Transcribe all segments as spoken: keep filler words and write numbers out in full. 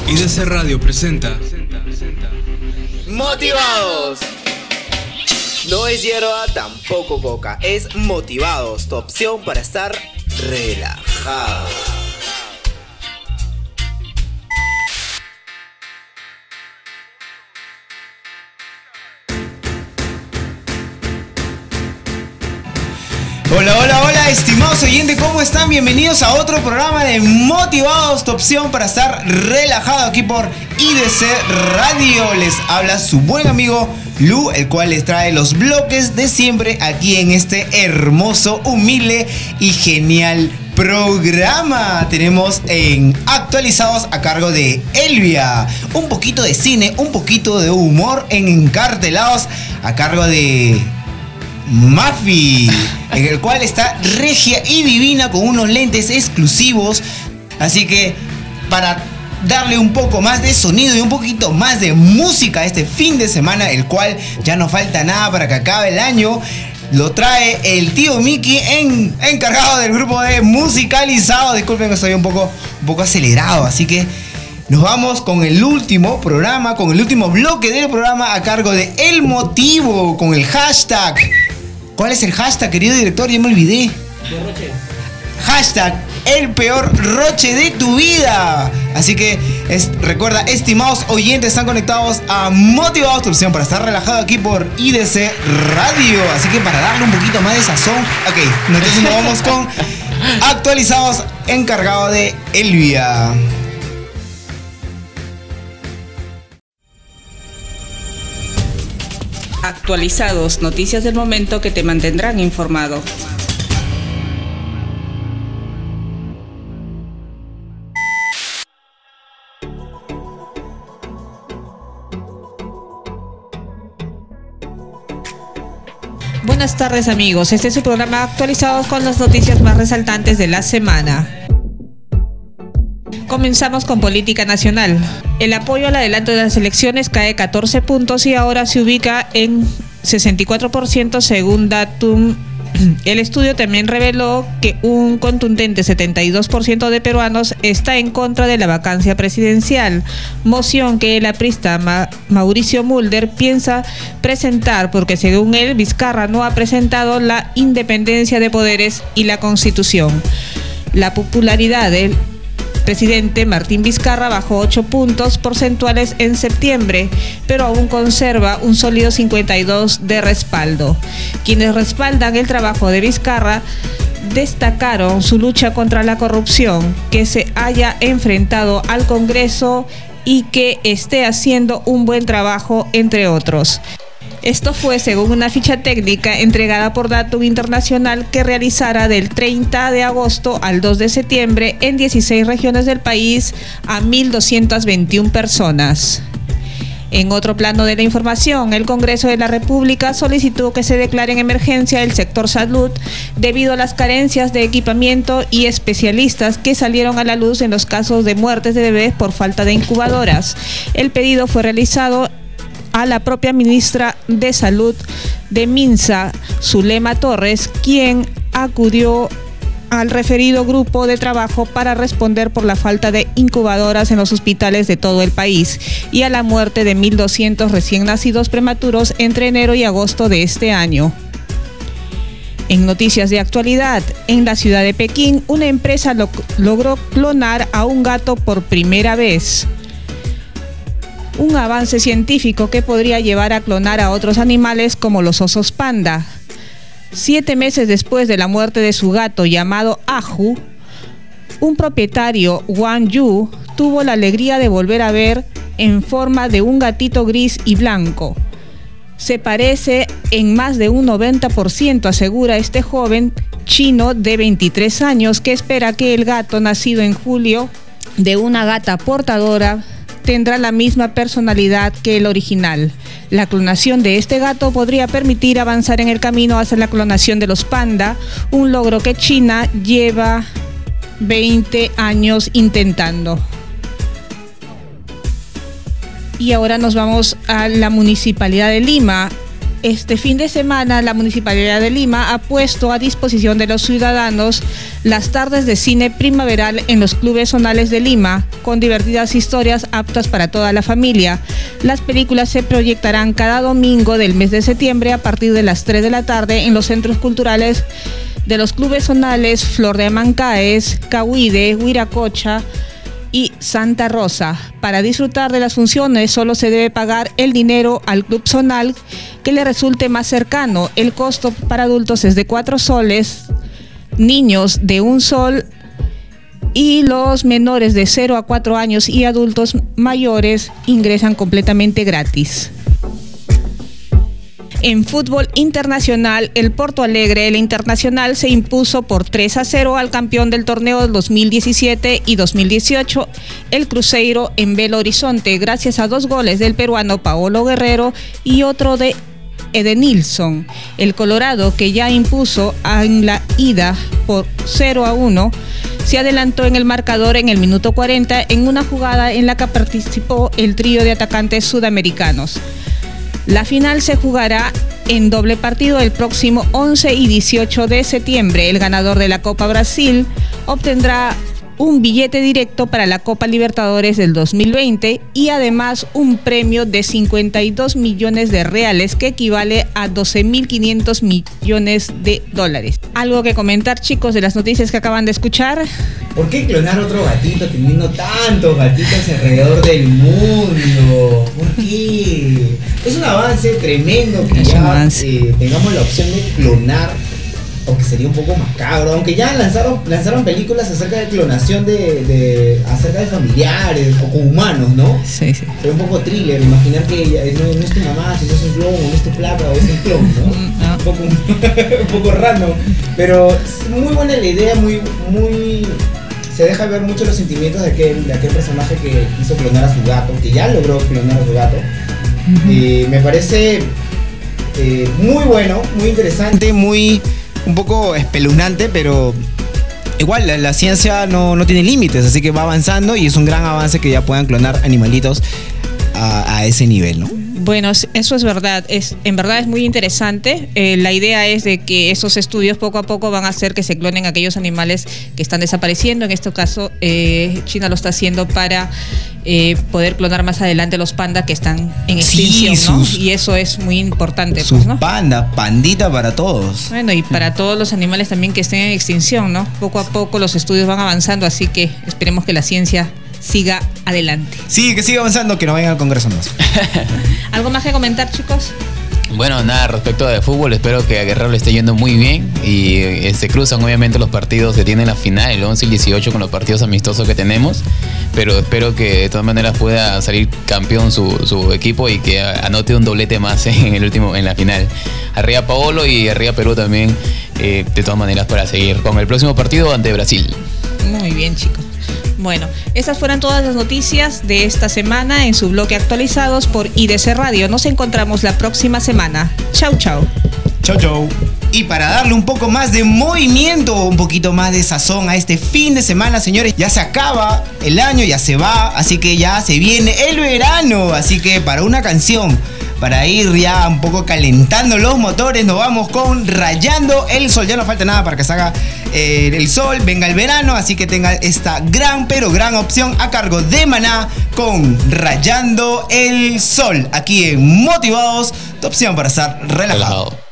I D C Radio presenta Motivados. No es hierba, tampoco coca, es Motivados, tu opción para estar relajado. Hola, hola, hola, estimados oyentes, ¿cómo están? Bienvenidos a otro programa de Motivados, tu opción para estar relajado aquí por I D C Radio. Les habla su buen amigo Lu, el cual les trae los bloques de siempre aquí en este hermoso, humilde y genial programa. Tenemos en Actualizados a cargo de Elvia, un poquito de cine, un poquito de humor en Encartelados a cargo de Mafi, en el cual está regia y divina con unos lentes exclusivos. Así que para darle un poco más de sonido y un poquito más de música a este fin de semana, el cual ya no falta nada para que acabe el año, lo trae el tío Mickey, en, encargado del grupo de Musicalizado. Disculpen que estoy un poco, un poco acelerado, así que nos vamos con el último programa, con el último bloque del programa a cargo de El Motivo, con el hashtag. ¿Cuál es el hashtag, querido director? Ya me olvidé. Hashtag el peor roche de tu vida. Así que es, recuerda, estimados oyentes, están conectados a Motivados, tu opción para estar relajado aquí por I D C Radio. Así que para darle un poquito más de sazón, ok, entonces nos vamos con Actualizados, encargado de Elvia. Actualizados, noticias del momento que te mantendrán informado. Buenas tardes, amigos, este es su programa Actualizados con las noticias más resaltantes de la semana. Comenzamos con política nacional. El apoyo al adelanto de las elecciones cae catorce puntos y ahora se ubica en sesenta y cuatro por ciento según Datum. El estudio también reveló que un contundente setenta y dos por ciento de peruanos está en contra de la vacancia presidencial, moción que el aprista Ma- Mauricio Mulder piensa presentar porque, según él, Vizcarra no ha presentado la independencia de poderes y la Constitución. La popularidad del presidente Martín Vizcarra bajó ocho puntos porcentuales en septiembre, pero aún conserva un sólido cincuenta y dos de respaldo. Quienes respaldan el trabajo de Vizcarra destacaron su lucha contra la corrupción, que se haya enfrentado al Congreso y que esté haciendo un buen trabajo, entre otros. Esto fue según una ficha técnica entregada por Datum Internacional que realizará del treinta de agosto al dos de septiembre en dieciséis regiones del país a mil doscientas veintiuna personas. En otro plano de la información, el Congreso de la República solicitó que se declare en emergencia el sector salud debido a las carencias de equipamiento y especialistas que salieron a la luz en los casos de muertes de bebés por falta de incubadoras. El pedido fue realizado a la propia ministra de Salud de Minsa, Zulema Torres, quien acudió al referido grupo de trabajo para responder por la falta de incubadoras en los hospitales de todo el país y a la muerte de mil doscientos recién nacidos prematuros entre enero y agosto de este año. En noticias de actualidad, en la ciudad de Pekín, una empresa lo- logró clonar a un gato por primera vez. Un avance científico que podría llevar a clonar a otros animales como los osos panda. Siete meses después de la muerte de su gato llamado Aju, un propietario, Wang Yu, tuvo la alegría de volver a ver en forma de un gatito gris y blanco. Se parece en más de un noventa por ciento, asegura este joven chino de veintitrés años, que espera que el gato nacido en julio de una gata portadora tendrá la misma personalidad que el original. La clonación de este gato podría permitir avanzar en el camino hacia la clonación de los panda, un logro que China lleva veinte años intentando. Y ahora nos vamos a la Municipalidad de Lima. este fin de semana la Municipalidad de Lima ha puesto a disposición de los ciudadanos las tardes de cine primaveral en los clubes zonales de Lima, con divertidas historias aptas para toda la familia. Las películas se proyectarán cada domingo del mes de septiembre a partir de las tres de la tarde en los centros culturales de los clubes zonales Flor de Amancaes, Cahuide, Huiracocha y Santa Rosa. Para disfrutar de las funciones solo se debe pagar el dinero al club zonal que le resulte más cercano. El costo para adultos es de cuatro soles, niños de un sol y los menores de cero a cuatro años y adultos mayores ingresan completamente gratis. En fútbol internacional, el Porto Alegre, el Internacional, se impuso por tres a cero al campeón del torneo dos mil diecisiete y dos mil dieciocho, el Cruzeiro, en Belo Horizonte, gracias a dos goles del peruano Paolo Guerrero y otro de Edenilson. El Colorado, que ya impuso en la ida por cero a uno, se adelantó en el marcador en el minuto cuarenta en una jugada en la que participó el trío de atacantes sudamericanos. La final se jugará en doble partido el próximo once y dieciocho de septiembre. El ganador de la Copa Brasil obtendrá un billete directo para la Copa Libertadores del dos mil veinte y además un premio de cincuenta y dos millones de reales, que equivale a doce mil quinientos millones de dólares. ¿Algo que comentar, chicos, de las noticias que acaban de escuchar? ¿Por qué clonar otro gatito teniendo tantos gatitos alrededor del mundo? ¿Por qué? Es un avance tremendo que Es ya avance. eh, tengamos la opción de clonar, aunque sería un poco macabro, aunque ya lanzaron, lanzaron películas acerca de clonación de, de acerca de familiares o con humanos, ¿no? Sí, sí. Pero un poco thriller, imaginar que ella- no, no es tu mamá, sino es un clon, o no es tu placa, o es un clon, ¿no? No. Un poco, un poco random, pero es muy buena la idea, muy, muy, se deja ver mucho los sentimientos de aquel, de aquel personaje que quiso clonar a su gato, que ya logró clonar a su gato. Y me parece eh, muy bueno, muy interesante, muy un poco espeluznante, pero igual la, la ciencia no, no tiene límites, así que va avanzando y es un gran avance que ya puedan clonar animalitos a, a ese nivel, ¿no? Bueno, eso es verdad, es, en verdad es muy interesante. Eh, la idea es de que esos estudios poco a poco van a hacer que se clonen aquellos animales que están desapareciendo. En este caso, eh, China lo está haciendo para eh, poder clonar más adelante los pandas que están en Sí, extinción, ¿no? sus- Y eso es muy importante, Sus pues, ¿no? pandas, pandita para todos. Bueno, y para todos los animales también que estén en extinción, ¿no? Poco a poco los estudios van avanzando, así que esperemos que la ciencia siga adelante. Sí, que siga avanzando, que no vayan al Congreso más. ¿Algo más que comentar, chicos? Bueno, nada, respecto de fútbol, espero que a Guerrero le esté yendo muy bien y eh, se cruzan obviamente los partidos que tienen la final, el once y el dieciocho, con los partidos amistosos que tenemos, pero espero que de todas maneras pueda salir campeón su, su equipo y que a- anote un doblete más en el último, en la final. Arriba Paolo y arriba Perú también, eh, de todas maneras, para seguir con el próximo partido ante Brasil. Muy bien, chicos. Bueno, estas fueron todas las noticias de esta semana en su bloque actualizados por I D C Radio. Nos encontramos la próxima semana. Chau, chau. Chau, chau. Y para darle un poco más de movimiento, un poquito más de sazón a este fin de semana, señores, ya se acaba el año, ya se va, así que ya se viene el verano. Así que para una canción, para ir ya un poco calentando los motores, nos vamos con Rayando el Sol. Ya no falta nada para que salga eh, el sol, venga el verano, así que tenga esta gran, pero gran opción a cargo de Maná con Rayando el Sol. Aquí en Motivados, tu opción para estar relajado. Relajado.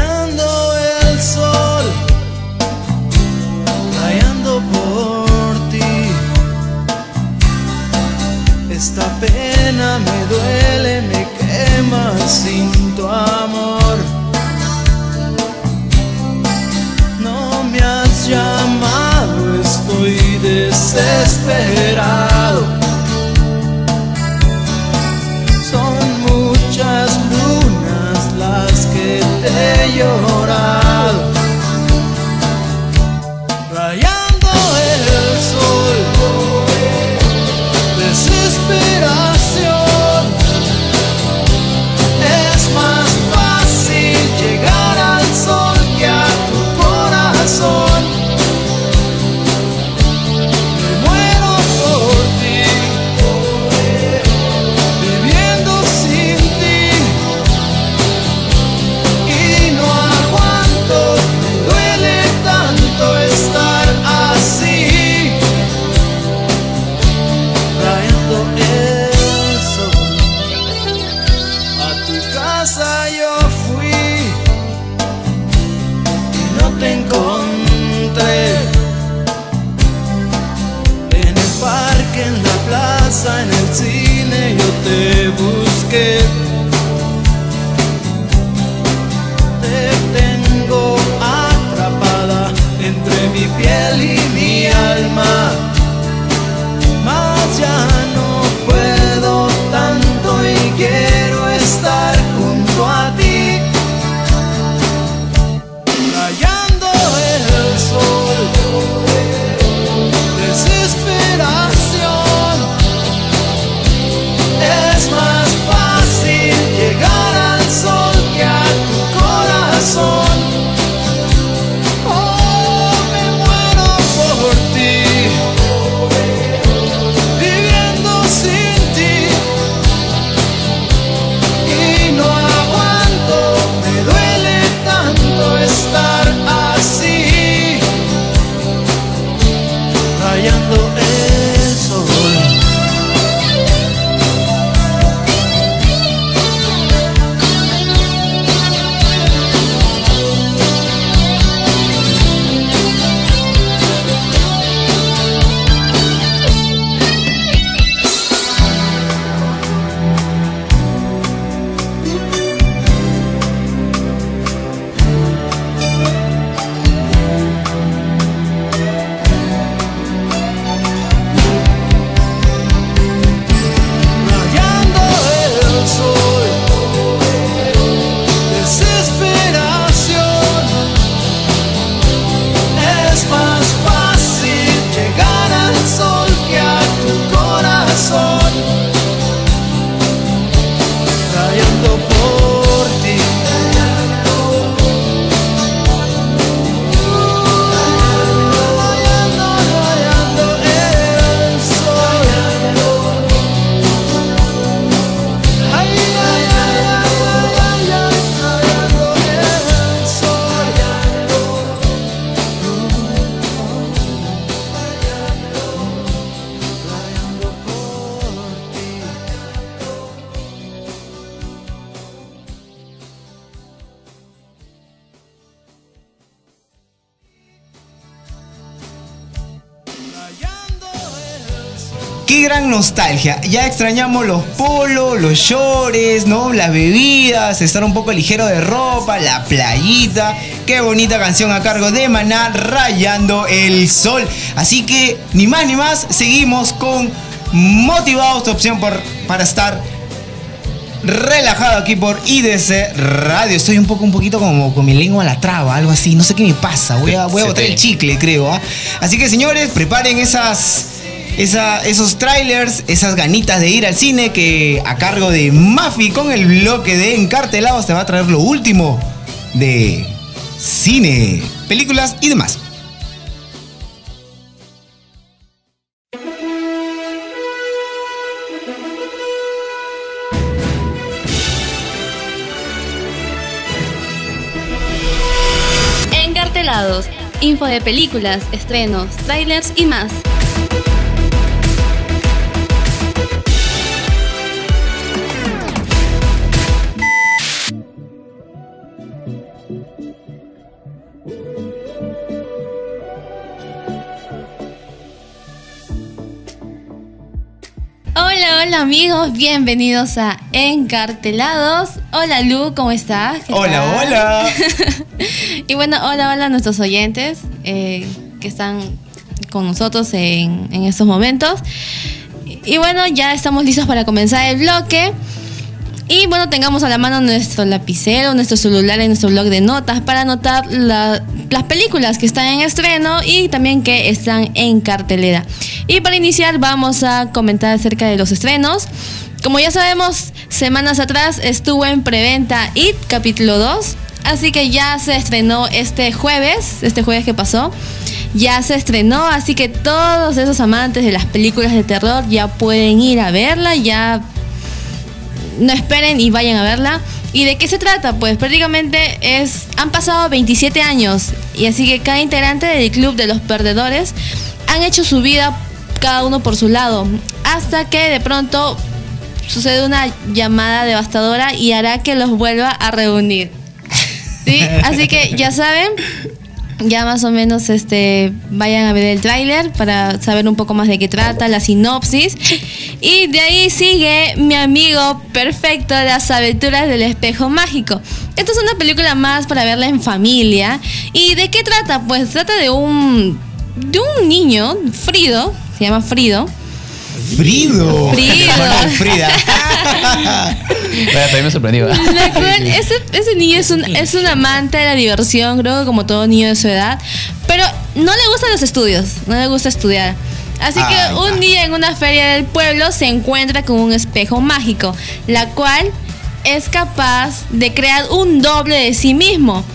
Rayando el sol, rayando por te encontré. En el parque, en la plaza, en el cine yo te busqué. Te tengo atrapada entre mi piel y mi alma. Mas ya no puedo tanto y quiero estar junto a ti, rayando el sol. Desesperación, es más fácil llegar al sol que a tu corazón. Oh, me muero por ti, viviendo sin ti, y no aguanto, me duele tanto estar así, rayando el sol. Qué gran nostalgia. Ya extrañamos los polos, los shorts, ¿no? Las bebidas, estar un poco ligero de ropa, la playita. Qué bonita canción a cargo de Maná, Rayando el Sol. Así que, ni más ni más, seguimos con Motivados, tu opción por, para estar relajado aquí por I D C Radio. Estoy un poco, un poquito como con mi lengua a la traba, algo así. No sé qué me pasa. Voy a, voy a botar el chicle, creo. ¿eh? Así que, señores, preparen esas... Esa, esos trailers, esas ganitas de ir al cine, que a cargo de Mafi con el bloque de Encartelados te va a traer lo último de cine, películas y demás. Encartelados, info de películas, estrenos, trailers y más. Hola, hola amigos, bienvenidos a Encartelados. Hola Lu, ¿cómo estás? Hola, tal? hola. Y bueno, hola, hola a nuestros oyentes eh, que están con nosotros en, en estos momentos. Y bueno, ya estamos listos para comenzar el bloque. Y bueno, tengamos a la mano nuestro lapicero, nuestro celular y nuestro blog de notas para anotar la, las películas que están en estreno y también que están en cartelera. Y para iniciar vamos a comentar acerca de los estrenos. Como ya sabemos, semanas atrás estuvo en preventa It capítulo dos, así que ya se estrenó este jueves, este jueves que pasó. Ya se estrenó, así que todos esos amantes de las películas de terror ya pueden ir a verla, ya no esperen y vayan a verla. ¿Y de qué se trata? Pues prácticamente es, han pasado veintisiete años y así que cada integrante del club de los perdedores han hecho su vida cada uno por su lado, hasta que de pronto sucede una llamada devastadora y hará que los vuelva a reunir. ¿Sí? Así que ya saben, ya más o menos este vayan a ver el tráiler para saber un poco más de qué trata, la sinopsis. Y de ahí sigue Mi amigo perfecto, Las aventuras del espejo mágico. Esta es una película más para verla en familia. ¿Y de qué trata? Pues trata de un de un niño, Frido, se llama Frido. Frido. Frido. Frida. Bueno, también me sorprendió. La cual, ese, ese niño es un, es un amante de la diversión, creo que como todo niño de su edad, pero no le gustan los estudios, no le gusta estudiar. Así Ay, que un no. día en una feria del pueblo se encuentra con un espejo mágico, la cual es capaz de crear un doble de sí mismo.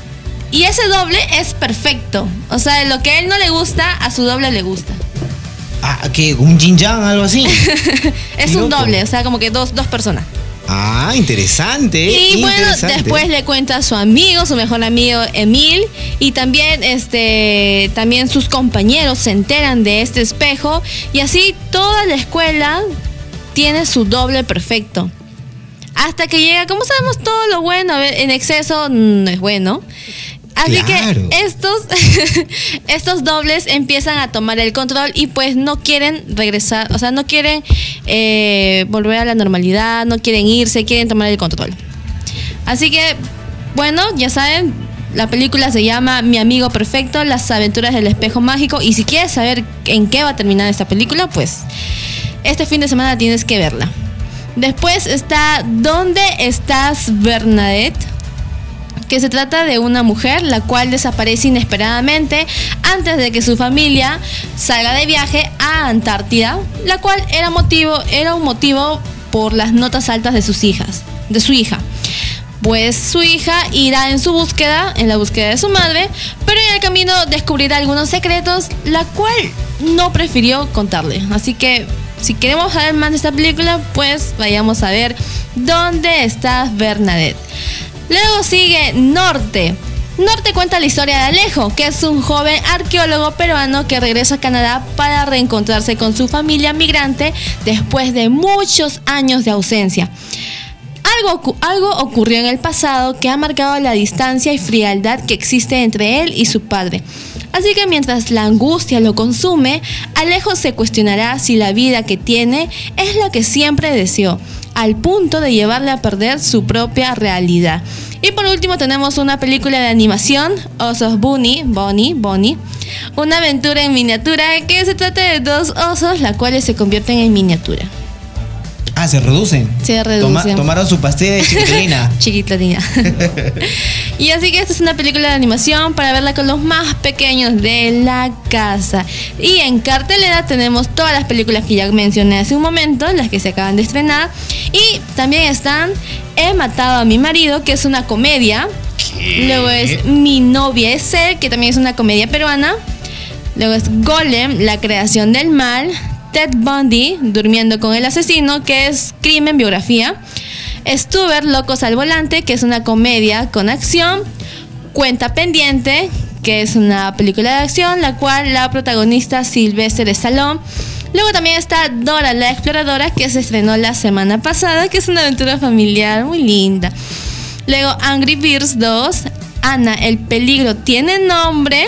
Y ese doble es perfecto. O sea, lo que a él no le gusta, a su doble le gusta. Ah, ¿qué? ¿Un yin yang, algo así? Es Qué un loco. doble, o sea, como que dos, dos personas. Ah, interesante. Y bueno, interesante. después le cuenta a su amigo, su mejor amigo Emil, y también este también sus compañeros se enteran de este espejo, y así toda la escuela tiene su doble perfecto. Hasta que llega, como sabemos, todo lo bueno a ver, en exceso no es bueno. Así Claro. que estos, estos dobles empiezan a tomar el control y pues no quieren regresar, o sea, no quieren eh, volver a la normalidad, no quieren irse, quieren tomar el control. Así que, bueno, ya saben, la película se llama Mi amigo perfecto, Las aventuras del espejo mágico, y si quieres saber en qué va a terminar esta película, pues este fin de semana tienes que verla. Después está ¿Dónde estás, Bernadette?, que se trata de una mujer la cual desaparece inesperadamente antes de que su familia salga de viaje a Antártida, la cual era motivo, era un motivo por las notas altas de sus hijas, de su hija. Pues su hija irá en su búsqueda, en la búsqueda de su madre, pero en el camino descubrirá algunos secretos, la cual no prefirió contarle. Así que si queremos saber más de esta película, pues vayamos a ver ¿Dónde estás, Bernadette? Luego sigue Norte. Norte cuenta la historia de Alejo, que es un joven arqueólogo peruano que regresa a Canadá para reencontrarse con su familia migrante después de muchos años de ausencia. Algo, algo ocurrió en el pasado que ha marcado la distancia y frialdad que existe entre él y su padre. Así que mientras la angustia lo consume, Alejo se cuestionará si la vida que tiene es la que siempre deseó, al punto de llevarle a perder su propia realidad. Y por último tenemos una película de animación, Osos Bunny, Bonnie, Bonnie, una aventura en miniatura que se trata de dos osos, las cuales se convierten en miniatura. Ah, se reducen. Se reducen. Toma- tomaron su pastilla de chiquitrina. Chiquitlina. Y así que esta es una película de animación para verla con los más pequeños de la casa. Y en cartelera tenemos todas las películas que ya mencioné hace un momento, las que se acaban de estrenar. Y también están He matado a mi marido, que es una comedia. ¿Qué? Luego es Mi novia es él, que también es una comedia peruana. Luego es Golem, la creación del mal. Ted Bundy, durmiendo con el asesino, que es crimen biografía. Stuber, Locos al volante, que es una comedia con acción. Cuenta pendiente, que es una película de acción, la cual la protagonista Sylvester Stallone. Luego también está Dora la exploradora, que se estrenó la semana pasada, que es una aventura familiar muy linda. Luego Angry Birds dos, Ana, el peligro tiene nombre.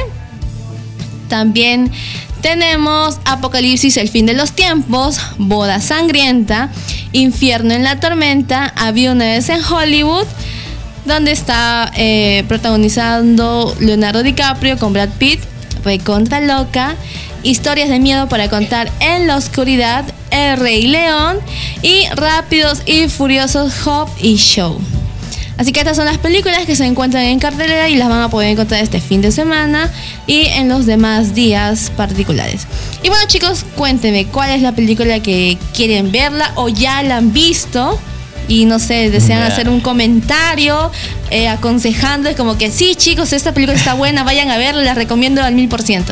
También tenemos Apocalipsis, el fin de los tiempos, Boda sangrienta, Infierno en la tormenta, Había una vez en Hollywood, donde está eh, protagonizando Leonardo DiCaprio con Brad Pitt, recontra loca, Historias de miedo para contar en la oscuridad, El Rey León y Rápidos y Furiosos, Hobbs y Show. Así que estas son las películas que se encuentran en cartelera y las van a poder encontrar este fin de semana y en los demás días particulares. Y bueno, chicos, cuéntenme cuál es la película que quieren verla o ya la han visto y no sé, desean Ya. hacer un comentario eh, aconsejando, es como que sí, chicos, esta película está buena, vayan a verla, la recomiendo al mil por ciento.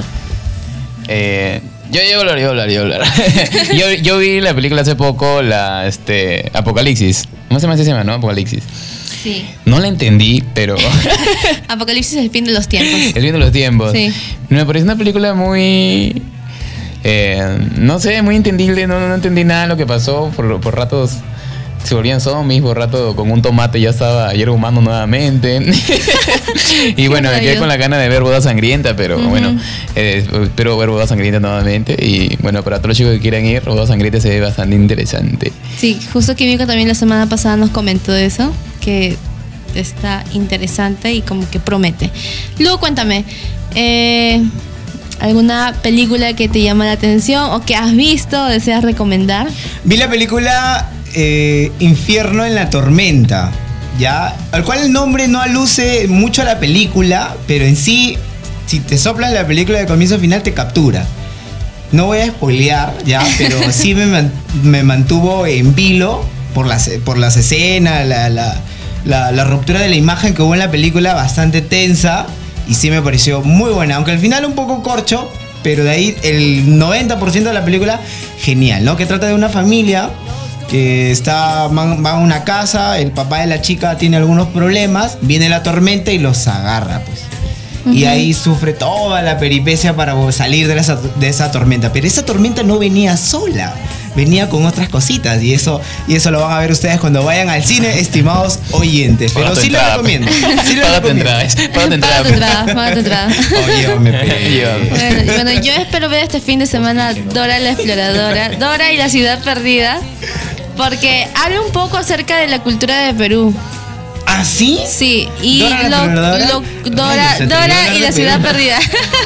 Eh, yo, yo hablar, yo hablar, yo hablar. yo, yo vi la película hace poco, la este Apocalipsis. ¿Cómo se llama? Se llama, ¿no? Apocalipsis. Sí. No la entendí, pero Apocalipsis, el fin de los tiempos. el fin de los tiempos. Sí. Me pareció una película muy, eh, no sé, muy entendible. No, no entendí nada de lo que pasó. Por, por ratos se volvían zombies, por rato con un tomate ya estaba ayer humano nuevamente. Y bueno, me quedé con la gana de ver Boda Sangrienta, pero uh-huh. bueno, eh, espero ver Boda Sangrienta nuevamente. Y bueno, para todos los chicos que quieran ir, Boda Sangrienta se ve bastante interesante. Sí, justo Kimiko también la semana pasada nos comentó eso, que está interesante y como que promete. Luego cuéntame, eh, ¿alguna película que te llama la atención o que has visto o deseas recomendar? Vi la película eh, Infierno en la Tormenta, ¿ya? Al cual el nombre no aluce mucho a la película, pero en sí, si te soplas la película de comienzo a final, te captura. No voy a spoilear, ¿ya? Pero sí me, man, me mantuvo en vilo por las, por las escenas, la, la, la, la ruptura de la imagen que hubo en la película, bastante tensa, y sí me pareció muy buena, aunque al final un poco corcho, pero de ahí el noventa por ciento de la película, genial, ¿no? Que trata de una familia que está, va a una casa, el papá de la chica tiene algunos problemas, viene la tormenta y los agarra, pues. Uh-huh. Y ahí sufre toda la peripecia para salir de esa, de esa tormenta. Pero esa tormenta no venía sola, venía con otras cositas. Y eso, y eso lo van a ver ustedes cuando vayan al cine, estimados oyentes. Pero sí lo recomiendo. Sí lo recomiendo. Paga tu entrada, paga tu entrada. Oh, me bueno, bueno, yo espero ver este fin de semana Dora la Exploradora, Dora y la Ciudad Perdida, porque habla un poco acerca de la cultura de Perú. ¿Ah, sí? Sí, y Dora, lo, lo, Dora, Ay, Dora y la Ciudad Perdida.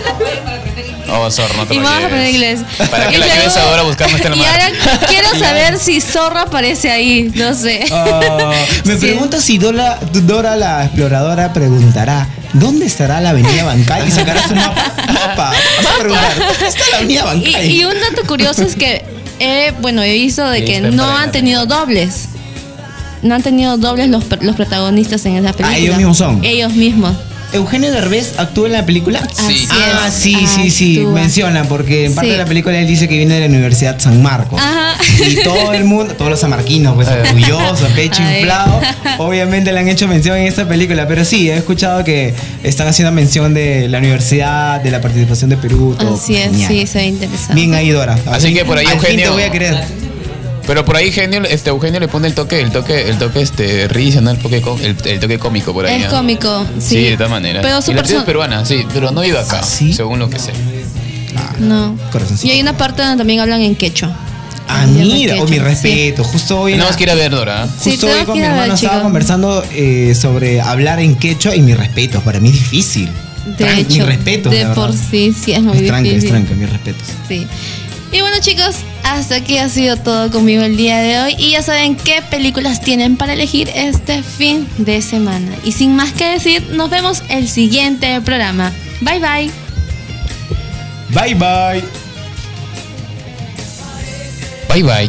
Oh, Zorro, no te y lo vamos a aprender inglés. Para que y la lleves a Dora a buscarme este Y ahora quiero saber si Zorro aparece ahí, no sé. Uh, me sí. pregunto si Dora, Dora la Exploradora preguntará: ¿dónde estará la avenida Bancay? Y sacará su mapa. mapa. Vas a preguntar: ¿dónde está la avenida Bancay? Y, y un dato curioso es que, eh, bueno, he visto de que no han tenido dobles. No han tenido dobles los, los protagonistas en esa película. Ah, ellos mismos son. Ellos mismos. ¿Eugenio Derbez actúa en la película? Sí. Ah, sí, sí, sí. Actúa. Mencionan, porque en parte sí. de la película él dice que viene de la Universidad San Marcos. Ajá. Y todo el mundo, todos los sanmarquinos, pues orgullosos, pecho Ay. inflado, obviamente le han hecho mención en esta película. Pero sí, he escuchado que están haciendo mención de la universidad, de la participación de Perú. Todo. Así es, Genial. sí, se ve interesante. Bien ahí, Dora. Así, Así que por ahí Eugenio... te voy a creer. Pero por ahí Eugenio, este, Eugenio le pone el toque, el toque, el toque este risa, ¿no? El toque, el, el toque cómico por ahí. Es ¿no? cómico, sí. Sí, de todas maneras. Pero su y la persona es peruana, sí, pero no vive acá, ¿sí? Según lo que sé. Ah, no. Y hay una parte donde también hablan en quechua. Ah, mira, oh, mi respeto. Sí. Justo hoy. Tenemos que ir a ver, Dora. Justo sí, hoy con mi hermano estaba conversando eh, sobre hablar en quechua y mi respeto. Para mí es difícil. De Tran hecho, mi respeto. De por sí, sí, es muy es tranca, difícil. Es tranca, mis respetos. Sí. Y bueno, chicos, hasta aquí ha sido todo conmigo el día de hoy. Y ya saben qué películas tienen para elegir este fin de semana. Y sin más que decir, nos vemos el siguiente programa. Bye, bye. Bye, bye. Bye, bye.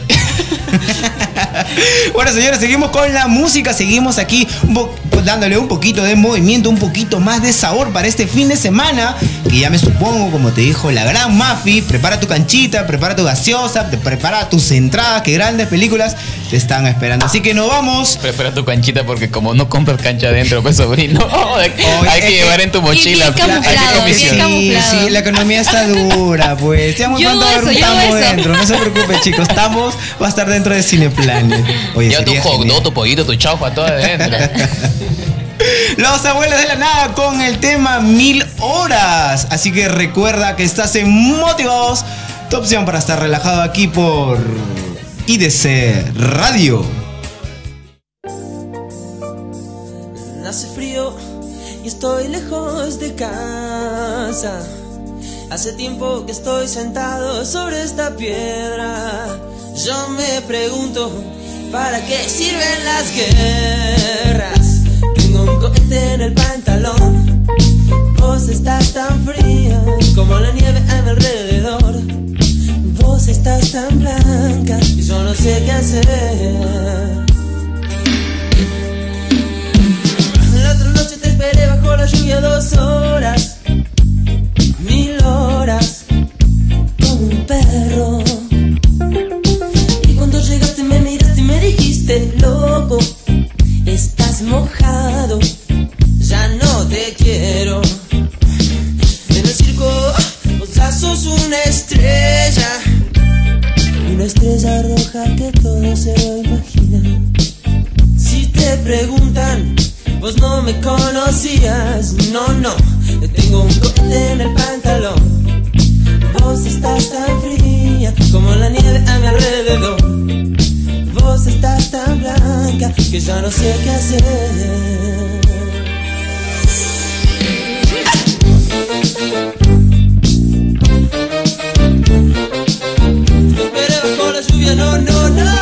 Bueno, señores, seguimos con la música. Seguimos aquí un dándole un poquito de movimiento, un poquito más de sabor para este fin de semana. Que ya me supongo, como te dijo la gran Mafi, prepara tu canchita, prepara tu gaseosa, te prepara tus entradas, que grandes películas te están esperando. Así que nos vamos. Prepara tu canchita porque como no compras cancha adentro, pues sobrino, oh, hay, oh, hay que, que llevar en tu mochila. Y camuflado, sí, sí, sí, la economía está dura, pues. Ya muy pronto va a haber un tamo dentro. No se preocupe, chicos. Tamos va a estar dentro de Cineplanet. Oye, ya tu hot dog, tu pollito, tu chaufa, todo adentro. Los abuelos de la nada con el tema Mil Horas. Así que recuerda que estás en Motivados, tu opción para estar relajado aquí por I D C Radio. Hace frío y estoy lejos de casa. Hace tiempo que estoy sentado sobre esta piedra. Yo me pregunto, ¿para qué sirven las guerras? Tengo un cohete en el pantalón. Vos estás tan fría como la nieve a mi alrededor. Vos estás tan blanca y yo no sé qué hacer. La otra noche te esperé bajo la lluvia dos horas, mil horas, como un perro. Y cuando llegaste me miraste y me dijiste, loco, estás mojado, ya conocías. No, no, tengo un cohete en el pantalón. Vos estás tan fría como la nieve a mi alrededor. Vos estás tan blanca que ya no sé qué hacer. Te esperé bajo la lluvia, no, no, no.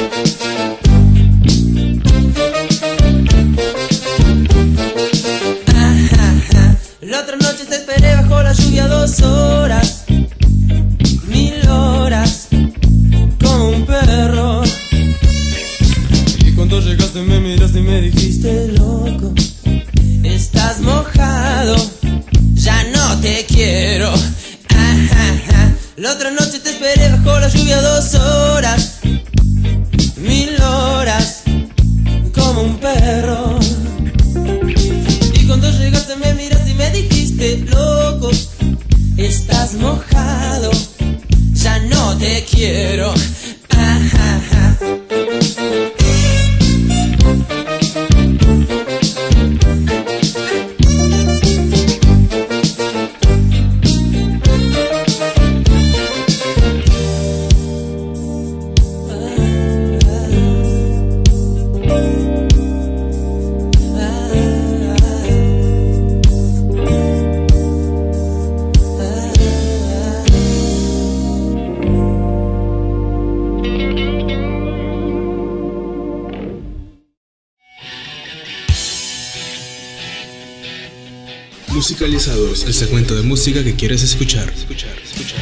La otra noche te esperé bajo la lluvia dos horas, mil horas, como un perro. Y cuando llegaste me miraste y me dijiste, loco, estás mojado, ya no te quiero. Ajá. La otra noche te esperé bajo la lluvia dos horas, mil horas, como un perro. Y cuando llegaste me miraste y me dijiste, loco, estás mojado, ya no te quiero. Ajá. Musicalizados, el segmento de música que quieres escuchar. escuchar, escuchar.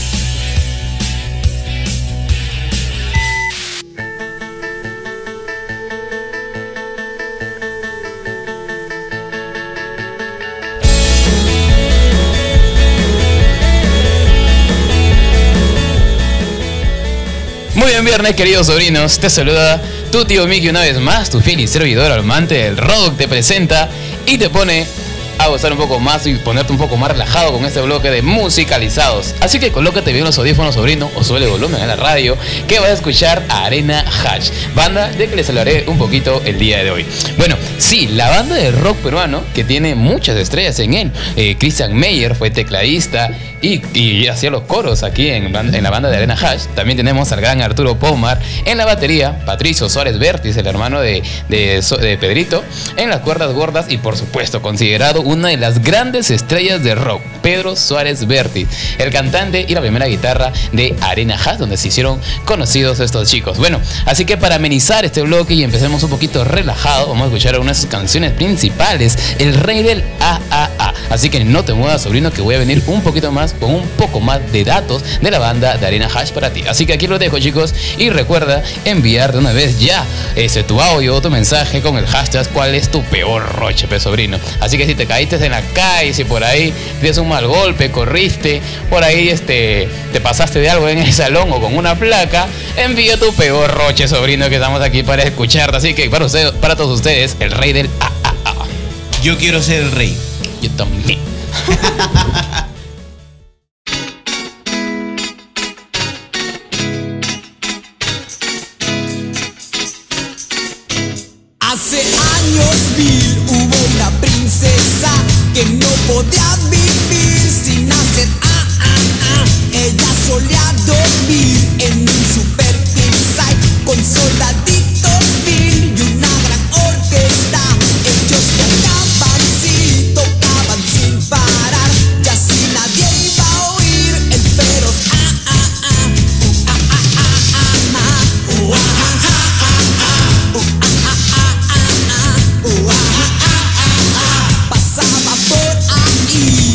Muy bien, viernes, queridos sobrinos. Te saluda tu tío Mickey una vez más, tu fiel y servidor amante del rock. Te presenta y te pone a gozar un poco más y ponerte un poco más relajado con este bloque de musicalizados. Así que colócate bien los audífonos, sobrino, o suele volumen a la radio, que vas a escuchar a Arena Hash, banda de que les hablaré un poquito el día de hoy. Bueno, sí, la banda de rock peruano que tiene muchas estrellas en él. eh, Christian Meyer fue tecladista y, y hacía los coros aquí en, en la banda de Arena Hash. También tenemos al gran Arturo Pomar en la batería, Patricio Suárez Vértiz, el hermano de, de, de Pedrito, en las cuerdas gordas, y por supuesto considerado una de las grandes estrellas de rock, Pedro Suárez Vértiz, el cantante y la primera guitarra de Arena Hash, donde se hicieron conocidos estos chicos. Bueno, así que para amenizar este bloque y empecemos un poquito relajado, vamos a escuchar una de sus canciones principales, El Rey del A A A. Así que no te muevas, sobrino, que voy a venir un poquito más con un poco más de datos de la banda de Arena Hash para ti. Así que aquí lo dejo, chicos, y recuerda enviar de una vez ya ese tu audio o tu mensaje con el hashtag cuál es tu peor roche, pe sobrino. Así que si te caíste en la calle, si por ahí tienes un mal golpe, corriste, por ahí este, te pasaste de algo en el salón o con una placa, envía tu peor roche, sobrino, que estamos aquí para escucharte. Así que para ustedes, para todos ustedes, el rey del A A A. Yo quiero ser el rey. Yo también. Hace años mil hubo una princesa que no podía vivir sin hacer ah, ah, ah. Ella solía dormir en un super king size con soldaditos mil y una gran orquesta. Ellos tocaban, sí, tocaban sin parar, y así nadie iba a oír el feroz ah, ah, ah, uh, ah, ah, ah, ah, ah, uh, ah, ah, ah, ah, uh, ah, ah, ah, ah, uh, ah, ah, ah, ah. Pasaba por ahí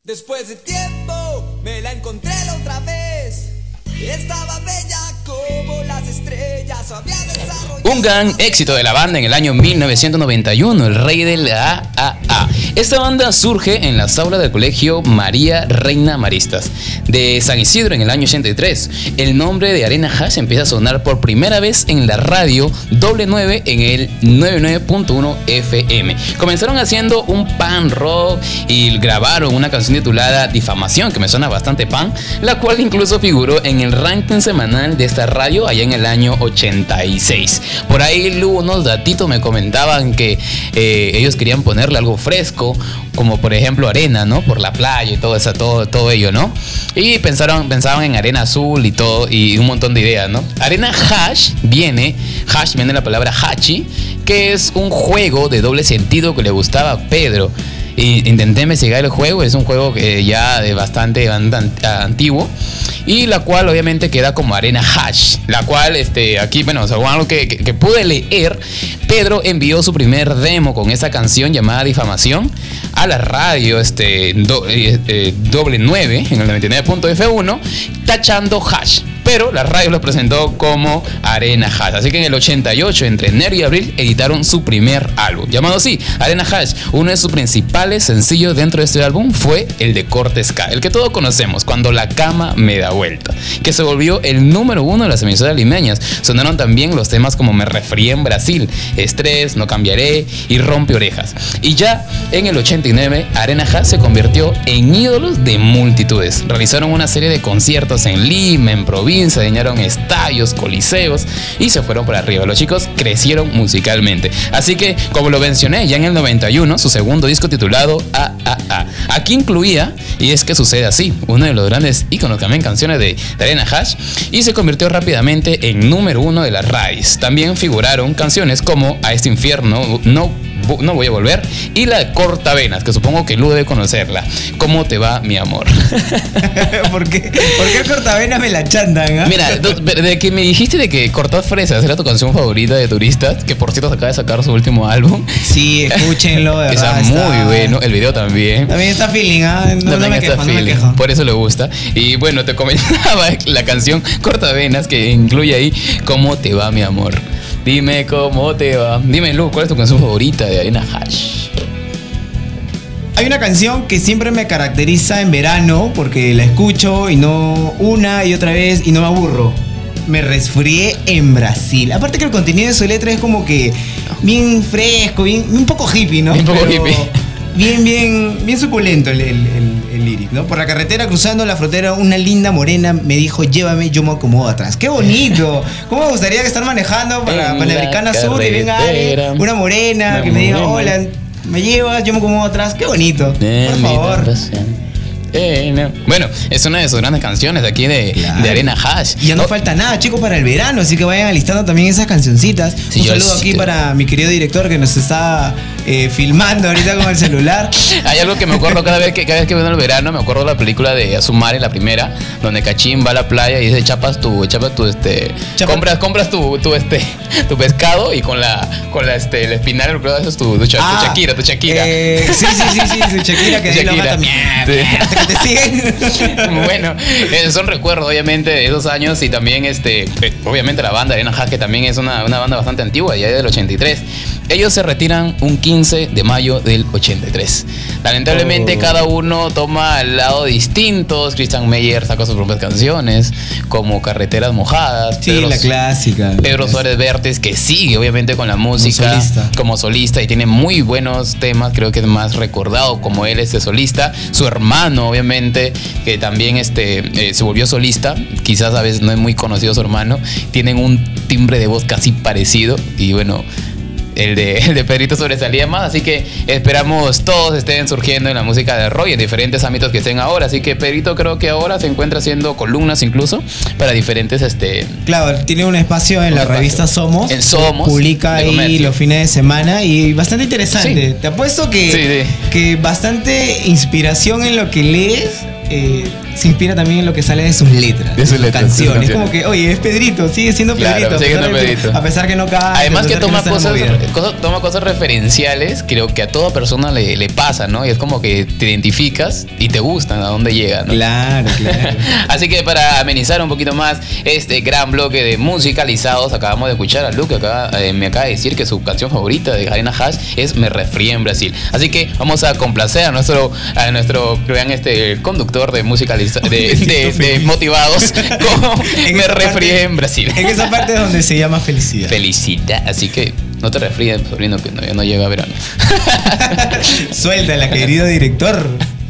Después de tiempo me la encontré la otra vez. Estaba bella como las estrellas. Había desarrollado Un gran éxito de la banda en el año mil novecientos noventa y uno, el rey del A A A. Esta banda surge en las aulas del colegio María Reina Maristas de San Isidro en el año ochenta y tres. El nombre de Arena Hash empieza a sonar por primera vez en la radio doble nueve en el noventa y nueve punto uno F M. Comenzaron haciendo un pan rock y grabaron una canción titulada Difamación, que me suena bastante pan, la cual incluso figuró en el ranking semanal de esta radio allá en el año ochenta y seis. Por ahí unos datitos me comentaban que eh, ellos querían ponerle algo fresco, como por ejemplo arena, ¿no? Por la playa y todo eso, todo, todo ello, ¿no? Y pensaron, pensaban en arena azul y todo, y un montón de ideas, ¿no? Arena Hash viene, Hash viene de la palabra Hachi, que es un juego de doble sentido que le gustaba a Pedro. Y intenté investigar el juego, es un juego que ya de bastante antiguo, y la cual obviamente queda como Arena Hash, la cual este, aquí, bueno, según algo que, que, que pude leer, Pedro envió su primer demo con esa canción llamada Difamación a la radio este, do, eh, eh, doble nueve en el noventa y nueve punto F uno, tachando Hash, pero la radio lo presentó como Arena Hash. Así que en el ochenta y ocho, entre enero y abril, editaron su primer álbum, llamado así, Arena Hash. Uno de sus principales sencillos dentro de este álbum fue el de corte ska, el que todos conocemos, Cuando la cama me da vuelta, que se volvió el número uno de las emisoras limeñas. Sonaron también los temas como Me Resfrié en Brasil, Estrés, No Cambiaré y Rompe Orejas. Y ya en el ochenta y nueve, Arena Hash se convirtió en ídolos de multitudes. Realizaron una serie de conciertos en Lima, en provincia, dañaron estadios, coliseos y se fueron por arriba. Los chicos crecieron musicalmente. Así que, como lo mencioné, ya en el noventa y uno, su segundo disco titulado A A A. Aquí incluía, y es que sucede así, uno de los grandes íconos también, canciones de, de Arena Hash, y se convirtió rápidamente en número uno de las radios. También figuraron canciones como A este infierno no No voy a volver, y la de Cortavenas, que supongo que Lu debe conocerla. ¿Cómo te va, mi amor? ¿Por qué? ¿Por qué Cortavenas me la chantan? ¿eh? Mira, de que me dijiste de que Cortar Fresas era tu canción favorita de Turistas, que por cierto acaba de sacar su último álbum. Sí, escúchenlo, de verdad. Está muy está... bueno, el video también. También está feeling, ¿ah? ¿eh? No, también no me está quejo, feeling, no me quejo. por eso le gusta. Y bueno, te comentaba la canción Cortavenas, que incluye ahí ¿Cómo te va, mi amor? Dime cómo te va. Dime, Lu, ¿cuál es tu canción favorita de Arena Hash? Hay una canción que siempre me caracteriza en verano porque la escucho y no una y otra vez y no me aburro. Me resfrié en Brasil. Aparte que el contenido de su letra es como que bien fresco, bien, un poco hippie, ¿no? Un poco Pero hippie. Bien, bien, bien suculento el, el, el, el lyric, ¿no? Por la carretera cruzando la frontera, una linda morena me dijo, llévame, yo me acomodo atrás. ¡Qué bonito! ¿Cómo me gustaría que estar manejando para En Panamericana la Sur y venga alguien, una morena una que me diga, morena. hola, me llevas, yo me acomodo atrás? ¡Qué bonito! Eh, Por favor. Eh, no. Bueno, es una de sus grandes canciones de aquí de, Claro. de Arena Hash. Y ya no Oh, falta nada, chicos, para el verano, así que vayan alistando también esas cancioncitas. Sí, Un yo saludo sí aquí que- para mi querido director que nos está eh, filmando ahorita con el celular. Hay algo que me acuerdo cada vez que cada vez que veo en el verano, me acuerdo de la película de Azumare, la primera, donde Cachín va a la playa y dice chapas tu, chapas tu este, Chapa- compras, compras tu, tu este, tu pescado y con la, con la este, el espinal, lo que haces tu, tu, cha- tu Ah, Shakira, tu Shakira. eh, sí, sí, sí, sí, su Shakira que de ahí lo Shakira. mata. Mierda, Sí. mierda, que te siguen. Bueno, eh, son recuerdos obviamente de esos años y también este, eh, obviamente la banda Arena Hash, que también es una, una banda bastante antigua, ya del ochenta y tres. Ellos se retiran un quince de mayo del ochenta y tres. Lamentablemente Oh. cada uno toma lados distintos. Christian Meyer sacó sus propias canciones como Carreteras Mojadas. Sí, Pedro- la clásica. Pedro Suárez Vértiz, que sigue obviamente con la música solista. como solista y tiene muy buenos temas, creo que es más recordado como él este solista. Su hermano obviamente, que también este, eh, se volvió solista, quizás a veces no es muy conocido su hermano, tienen un timbre de voz casi parecido y bueno, el de, el de Pedrito sobresalía más, así que esperamos todos estén surgiendo en la música de rock y en diferentes ámbitos que estén ahora, así que Pedrito creo que ahora se encuentra haciendo columnas incluso para diferentes este Claro, tiene un espacio en Un la espacio. revista Somos. En Somos, Publica de ahí comercio. los fines de semana y bastante interesante. Sí. Te apuesto que, Sí, sí. que bastante inspiración en lo que lees. eh, se inspira también en lo que sale de sus letras, de sus letras, canciones. de sus Como que, oye, es Pedrito, sigue siendo Pedrito. Claro, sigue siendo Pedrito. A pesar que no canta. Además que toma no cosas, cosas, toma cosas referenciales, creo que a toda persona le, le pasa, ¿no? Y es como que te identificas y te gustan a dónde llega, ¿no? Claro, claro. Así que para amenizar un poquito más este gran bloque de musicalizados, acabamos de escuchar a Luke, que acaba, eh, me acaba de decir que su canción favorita de Arena Hash es Me Resfrié en Brasil. Así que vamos a complacer a nuestro, a nuestro vean este conductor de musicaliza de, de, de motivados con Me Resfrié en Brasil. En esa parte es donde se llama felicidad. Felicidad. Así que no te resfríes, sobrino, que no, no llega verano. Suéltala, querido director.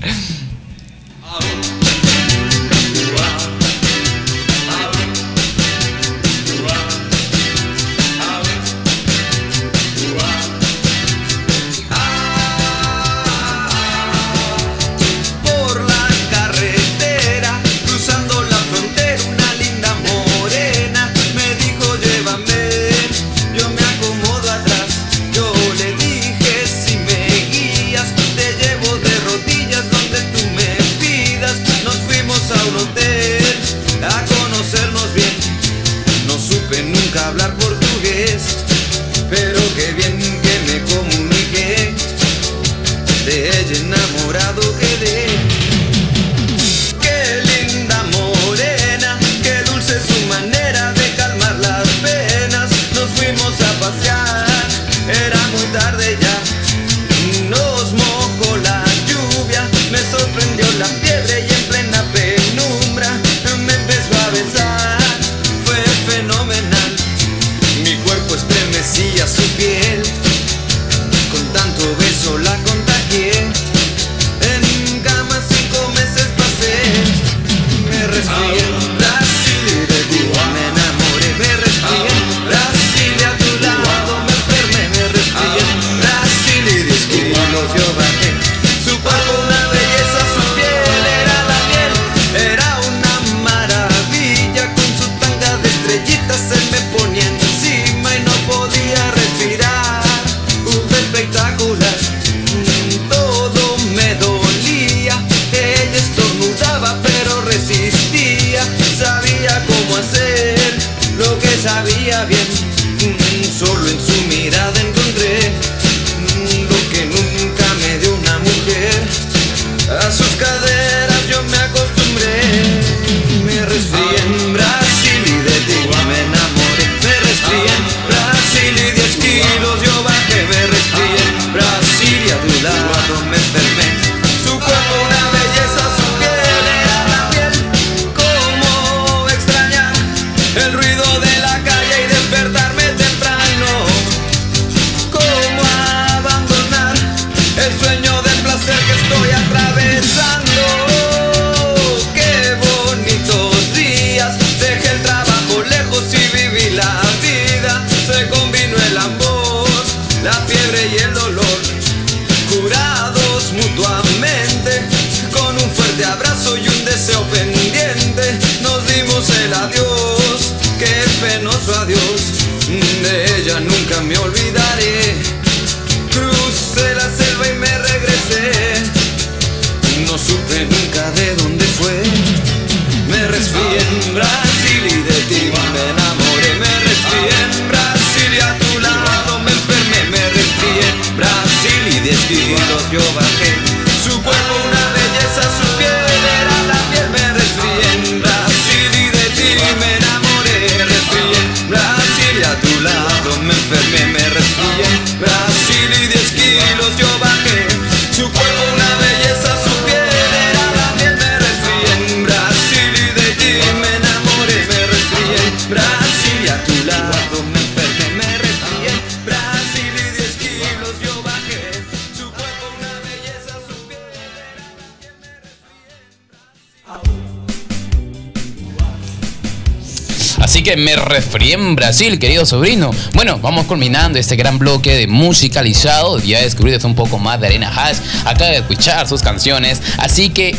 Así que Me Resfrié en Brasil, querido sobrino. Bueno, vamos culminando este gran bloque de musicalizado. Ya descubriste un poco más de Arena Hash. Acaba de escuchar sus canciones. Así que, eh,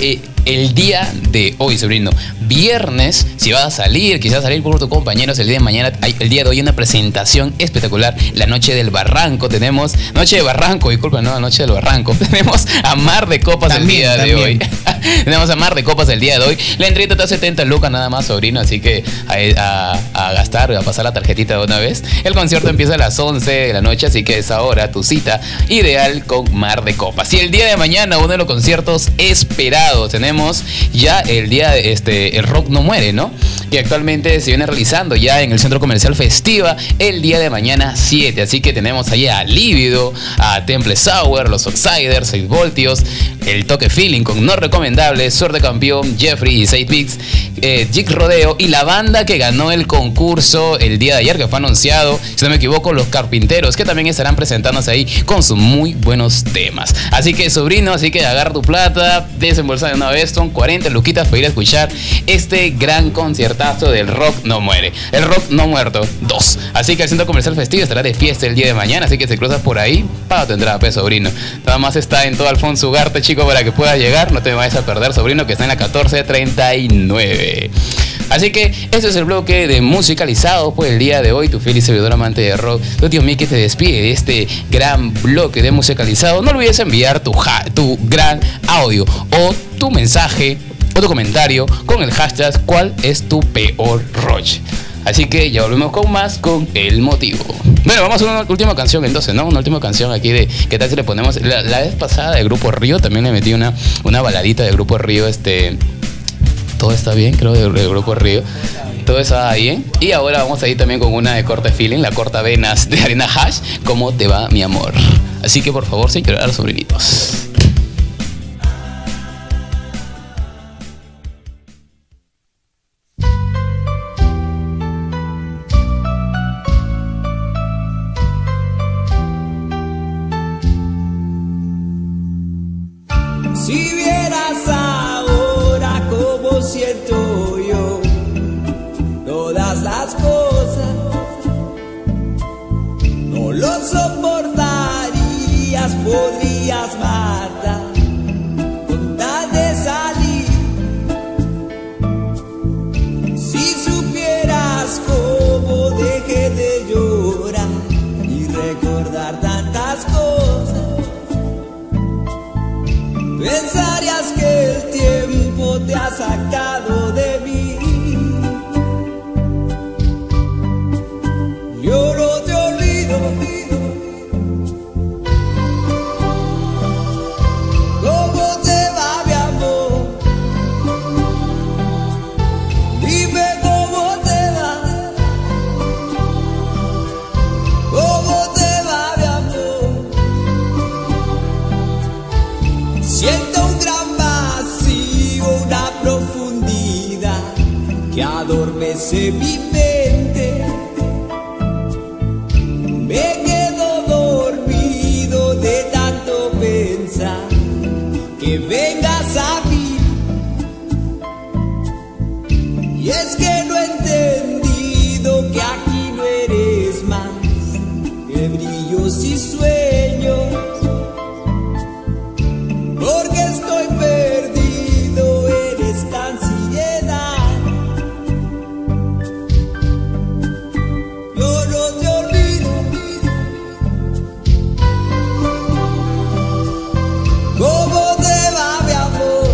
el día de hoy, sobrino. Viernes, si vas a salir, quizás salir con tus compañeros el día de mañana, hay, el día de hoy hay una presentación espectacular, la Noche del Barranco. Tenemos, Noche de Barranco, disculpa, no, Noche del Barranco. Tenemos a Mar de Copas también, el día también. de hoy. Tenemos a Mar de Copas el día de hoy. La entrada está a setenta lucas nada más, sobrino, así que a, a, a gastar, a pasar la tarjetita de una vez. El concierto empieza a las once de la noche, así que es ahora tu cita ideal con Mar de Copas. Y el día de mañana, uno de los conciertos esperados, tenemos ya el día de este, el Rock No Muere, ¿no? Que actualmente se viene realizando ya en el Centro Comercial Festiva el día de mañana siete. Así que tenemos ahí a Lívido, a Temple Sour, los Outsiders, seis voltios, el Toque Feeling con No Recomendable, Suerte Campeón, Jeffrey y seis Bits, eh, Jig Rodeo y la banda que ganó el concurso el día de ayer, que fue anunciado, si no me equivoco, los Carpinteros, que también estarán presentándose ahí con sus muy buenos temas. Así que, sobrino, así que agarra tu plata, desembolsa de una vez, son cuarenta luquitas para ir a escuchar este gran conciertazo del Rock No Muere. El Rock No Muerto dos. Así que el Centro Comercial Festivo estará de fiesta el día de mañana, así que si cruzas por ahí, paga tu entrada, pues, sobrino. Nada más está en todo Alfonso Ugarte, chico, para que puedas llegar, no te vayas a perder, sobrino, que está en la catorce treinta y nueve. Así que este es el bloque de musicalizado por el día de hoy. Tu fiel y servidor amante de rock, tu tío Mickey, te despide de este gran bloque de musicalizado. No olvides enviar tu, ja, tu gran audio o tu mensaje o tu comentario con el hashtag ¿cuál es tu peor roche? Así que ya volvemos con más con el motivo. Bueno, vamos a una última canción entonces, ¿no? Una última canción aquí de ¿qué tal si le ponemos? La, la vez pasada de Grupo Río también le metí una, una baladita de Grupo Río, este... Todo está bien, creo, del, del Grupo Río. Todo está bien. Y ahora vamos a ir también con una de Corte Feeling, la corta venas de Arena Hash. ¿Cómo te va, mi amor? Así que por favor, sin llorar, sobrinitos. Si vieras ahora cómo siento yo todas las cosas, no lo soportarías, podrías matar con tal de salir. Si supieras cómo dejé de llorar y recordar tantas cosas, pensarías que el tiempo te ha sacado de mí. Yo no te olvido, ¿cómo te va, mi amor? Dime cómo te va, cómo te va, mi amor. Siento un gran vacío, una profundidad que adormece mi mente. Me quedo dormido de tanto pensar que vengas a mí. Y es que no he entendido que aquí no eres más que brillos y sueños. Porque estoy perdido en esta ansiedad. Yo no te olvido, ¿cómo te va, mi amor?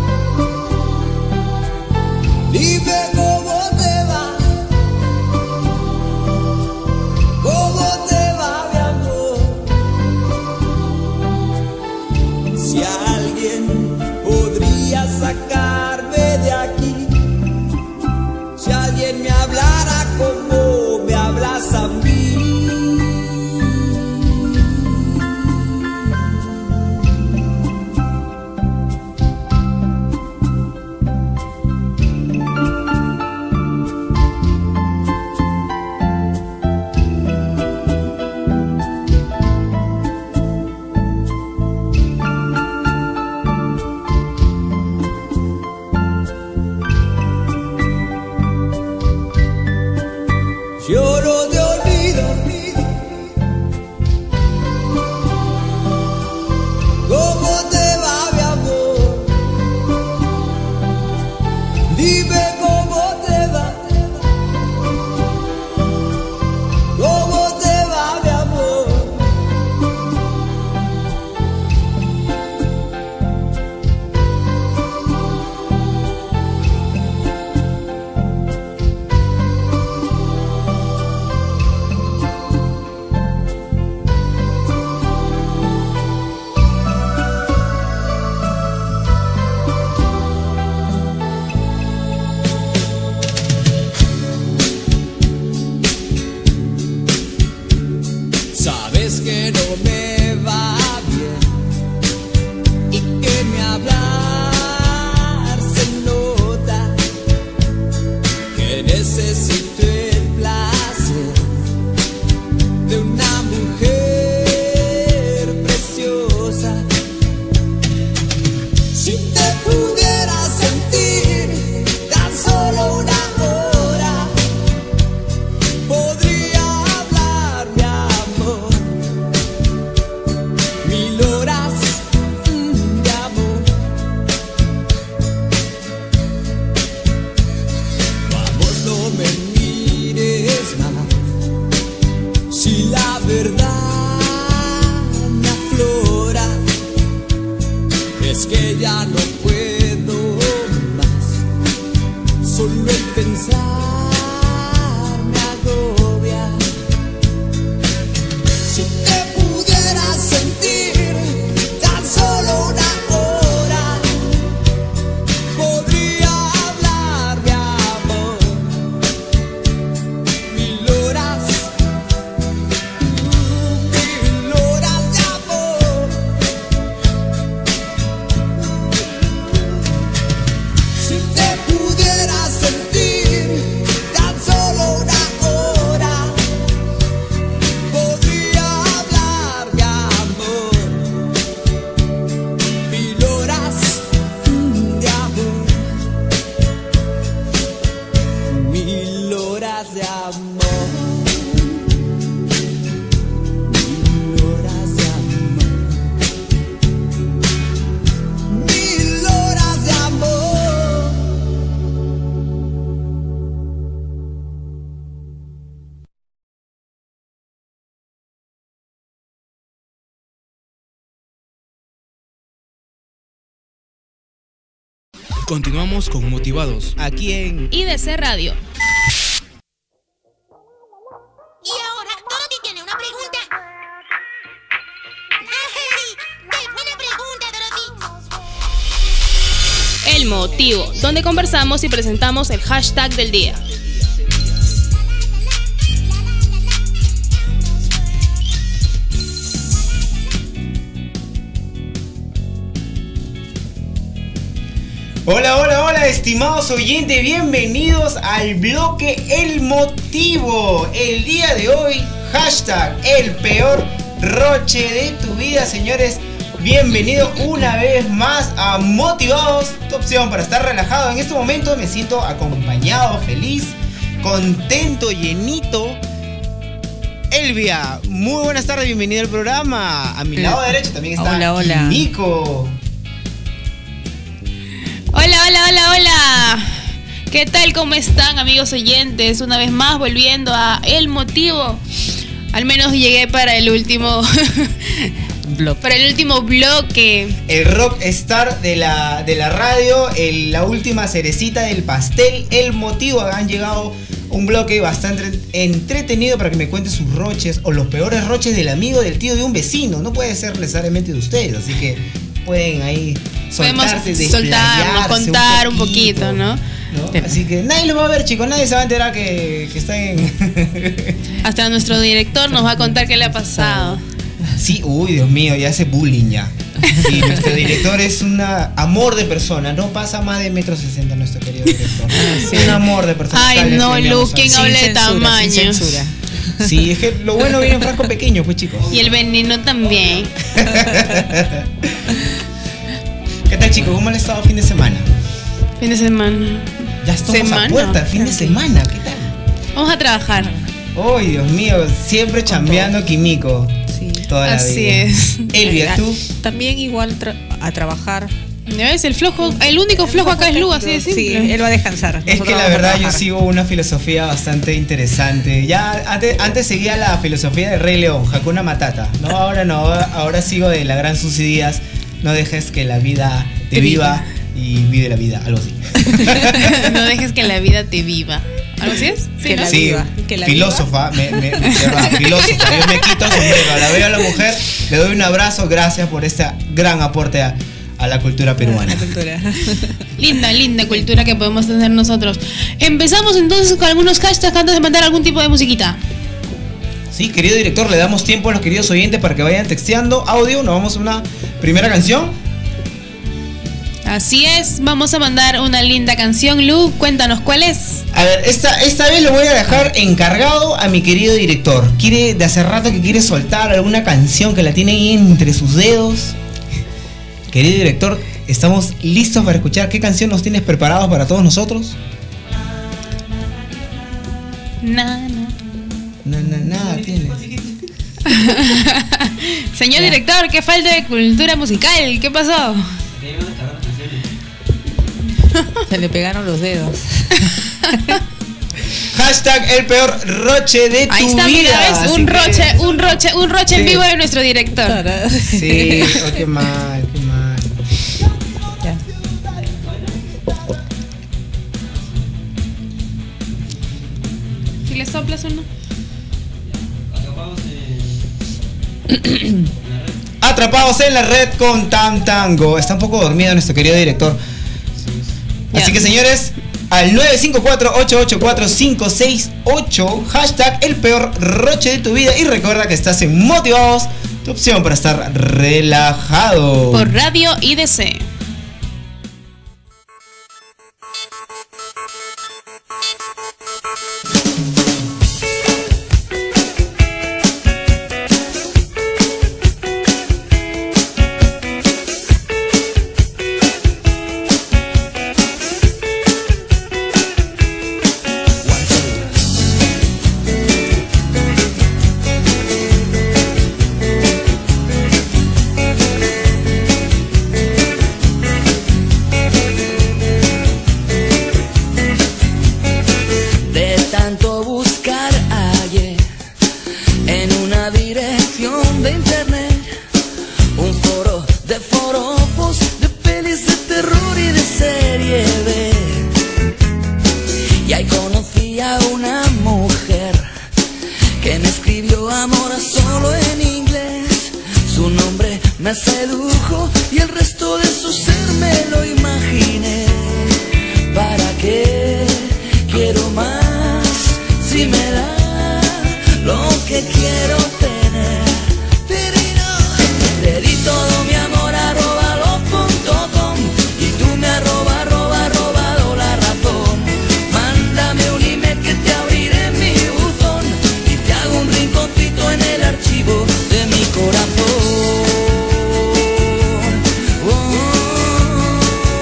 Dime cómo te va, cómo te va, mi amor. Si alguien podría sacarme de aquí, si alguien me hablara como me hablas a mí. Yo no te olvido, ¿cómo te va, mi amor? es que no me va bien y que mi hablar se nota que necesito el placer de una mujer preciosa. Si te pudiera sentir tan solo una hora, podría hablar mi amor, mil horas mm, de amor. Vamos, no me mires más, si la verdad me aflora, es que ya no puedo más, solo el pensar me agobia. Si te pudiera sentir tan solo una hora, podría hablar de amor, mil horas, mil horas de amor. Si te pudiera sentir tan solo una hora, podría hablar de amor, mil horas de amor, mil horas de amor, mil horas de amor, mil horas de amor. Continuamos con Motivados. Aquí en I D C Radio. Y ahora, Dorothy tiene una pregunta. ¡Ay! ¡Qué buena pregunta, Dorothy! El motivo, donde conversamos y presentamos el hashtag del día. Hola, hola, hola, estimados oyentes, bienvenidos al bloque El Motivo. El día de hoy, hashtag el peor roche de tu vida, señores. Bienvenido una vez más a Motivados, tu opción para estar relajado. En este momento me siento acompañado, feliz, contento, llenito. Elvia, muy buenas tardes, bienvenida al programa. A mi lado derecho también está Hola, hola. Nico. Hola, hola, hola, hola. ¿Qué tal? ¿Cómo están, amigos oyentes? Una vez más volviendo a El Motivo. Al menos llegué para el último bloque. Para el último bloque. El rockstar de la, de la radio, el, la última cerecita del pastel, El Motivo. Han llegado un bloque bastante entretenido para que me cuenten sus roches o los peores roches del amigo, del tío, de un vecino. No puede ser necesariamente de ustedes, así que pueden ahí soltarse, podemos soltarnos, contar un poquito, un poquito, ¿no? ¿no? Así que nadie lo va a ver, chicos, nadie se va a enterar que, que están en... Hasta nuestro director nos va a contar qué le ha pasado. Sí, uy, Dios mío, ya hace bullying ya. Sí, nuestro director es un amor de persona, no pasa más de metro sesenta nuestro querido director. Ah, sí. Un amor de persona. Ay, no, Luz, ¿quién habla de tamaño? Sin censura. Sí, es que lo bueno viene en frasco pequeño, pues, chicos. Y el veneno también. ¿Qué tal, chicos? ¿Cómo han estado fin de semana? Fin de semana. Ya estamos semana. a puerta, fin de semana, ¿qué tal? Vamos a trabajar. Ay, Dios mío, siempre chambeando químico. Sí. Toda la Así vida. es. Elvia, ¿tú? También igual tra- a trabajar. ¿Ya ves? El flojo, el único flojo acá es Lu, así de simple. Sí, él va a descansar. Es que Nosotros la vamos a verdad yo trabajar. sigo una filosofía bastante interesante. Ya antes, antes seguía la filosofía del Rey León, Hakuna Matata. No, ahora no, ahora sigo de la gran Susi Díaz. No dejes que la vida te viva y vive la vida, algo así. No dejes que la vida te viva. ¿Algo así es? Sí, Que ¿no? la Sí, viva. Que la filósofa, me, me, me- verdad, filósofa. Yo me quito el sombrero, la veo a la mujer, le doy un abrazo, gracias por este gran aporte a, a la cultura peruana. La cultura. Linda, linda cultura que podemos tener nosotros. Empezamos entonces con algunos hashtags antes de mandar algún tipo de musiquita. Sí, querido director, le damos tiempo a los queridos oyentes para que vayan texteando audio. Nos vamos a una primera canción. Así es, vamos a mandar una linda canción. Lu, cuéntanos cuál es. A ver, esta, esta vez lo voy a dejar encargado a mi querido director. Quiere, de hace rato que quiere soltar alguna canción que la tiene ahí entre sus dedos. Querido director, estamos listos para escuchar. ¿Qué canción nos tienes preparados para todos nosotros? Na, na. No, no, nada tienes. Señor director, qué falta de cultura musical. ¿Qué pasó? Se le pegaron los dedos. Hashtag el peor roche de tu Ahí está, vida. mira, ¿ves? Un que... roche, un roche, un roche Sí. en vivo de nuestro director. Sí, oh, qué mal, qué mal. Ya. Si le soplas uno. Atrapados en la red con Tam Tango. Está un poco dormido nuestro querido director. Así Ya. que señores, al nueve cinco cuatro, ocho ocho cuatro, cinco seis ocho, hashtag el peor roche de tu vida. Y recuerda que estás en Motivados, tu opción para estar relajado. Por Radio I D C. De tanto buscar hallé en una dirección de internet un foro de forofos, de pelis de terror y de serie B. Y ahí conocí a una mujer que me escribió amor a solo en inglés. Su nombre me sedujo y el resto de su ser me lo imaginé. ¿Para qué quiero más si me da lo que quiero tener? Te di todo mi amor arroba lo punto com y tú me arroba arroba arrobado la razón. Mándame un email que te abriré mi buzón y te hago un rinconcito en el archivo de mi corazón. Oh,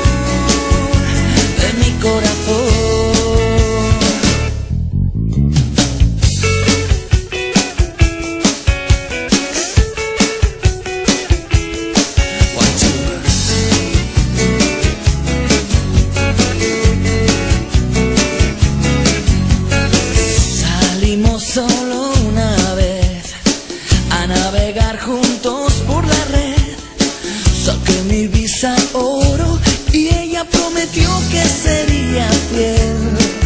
de mi corazón. Salimos solo una vez a navegar juntos por la red. Saqué mi visa oro y ella prometió que sería fiel.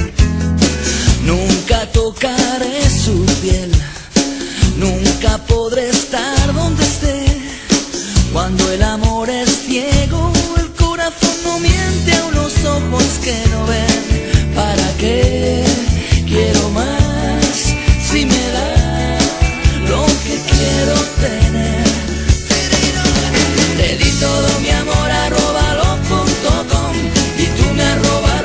Nunca tocaré su piel, nunca podré estar donde esté. Cuando el amor es ciego, el corazón no miente a unos ojos que no ven. ¿Para qué quiero más si me da lo que quiero tener? Te di todo mi amor arroba lo punto com y tú me arroba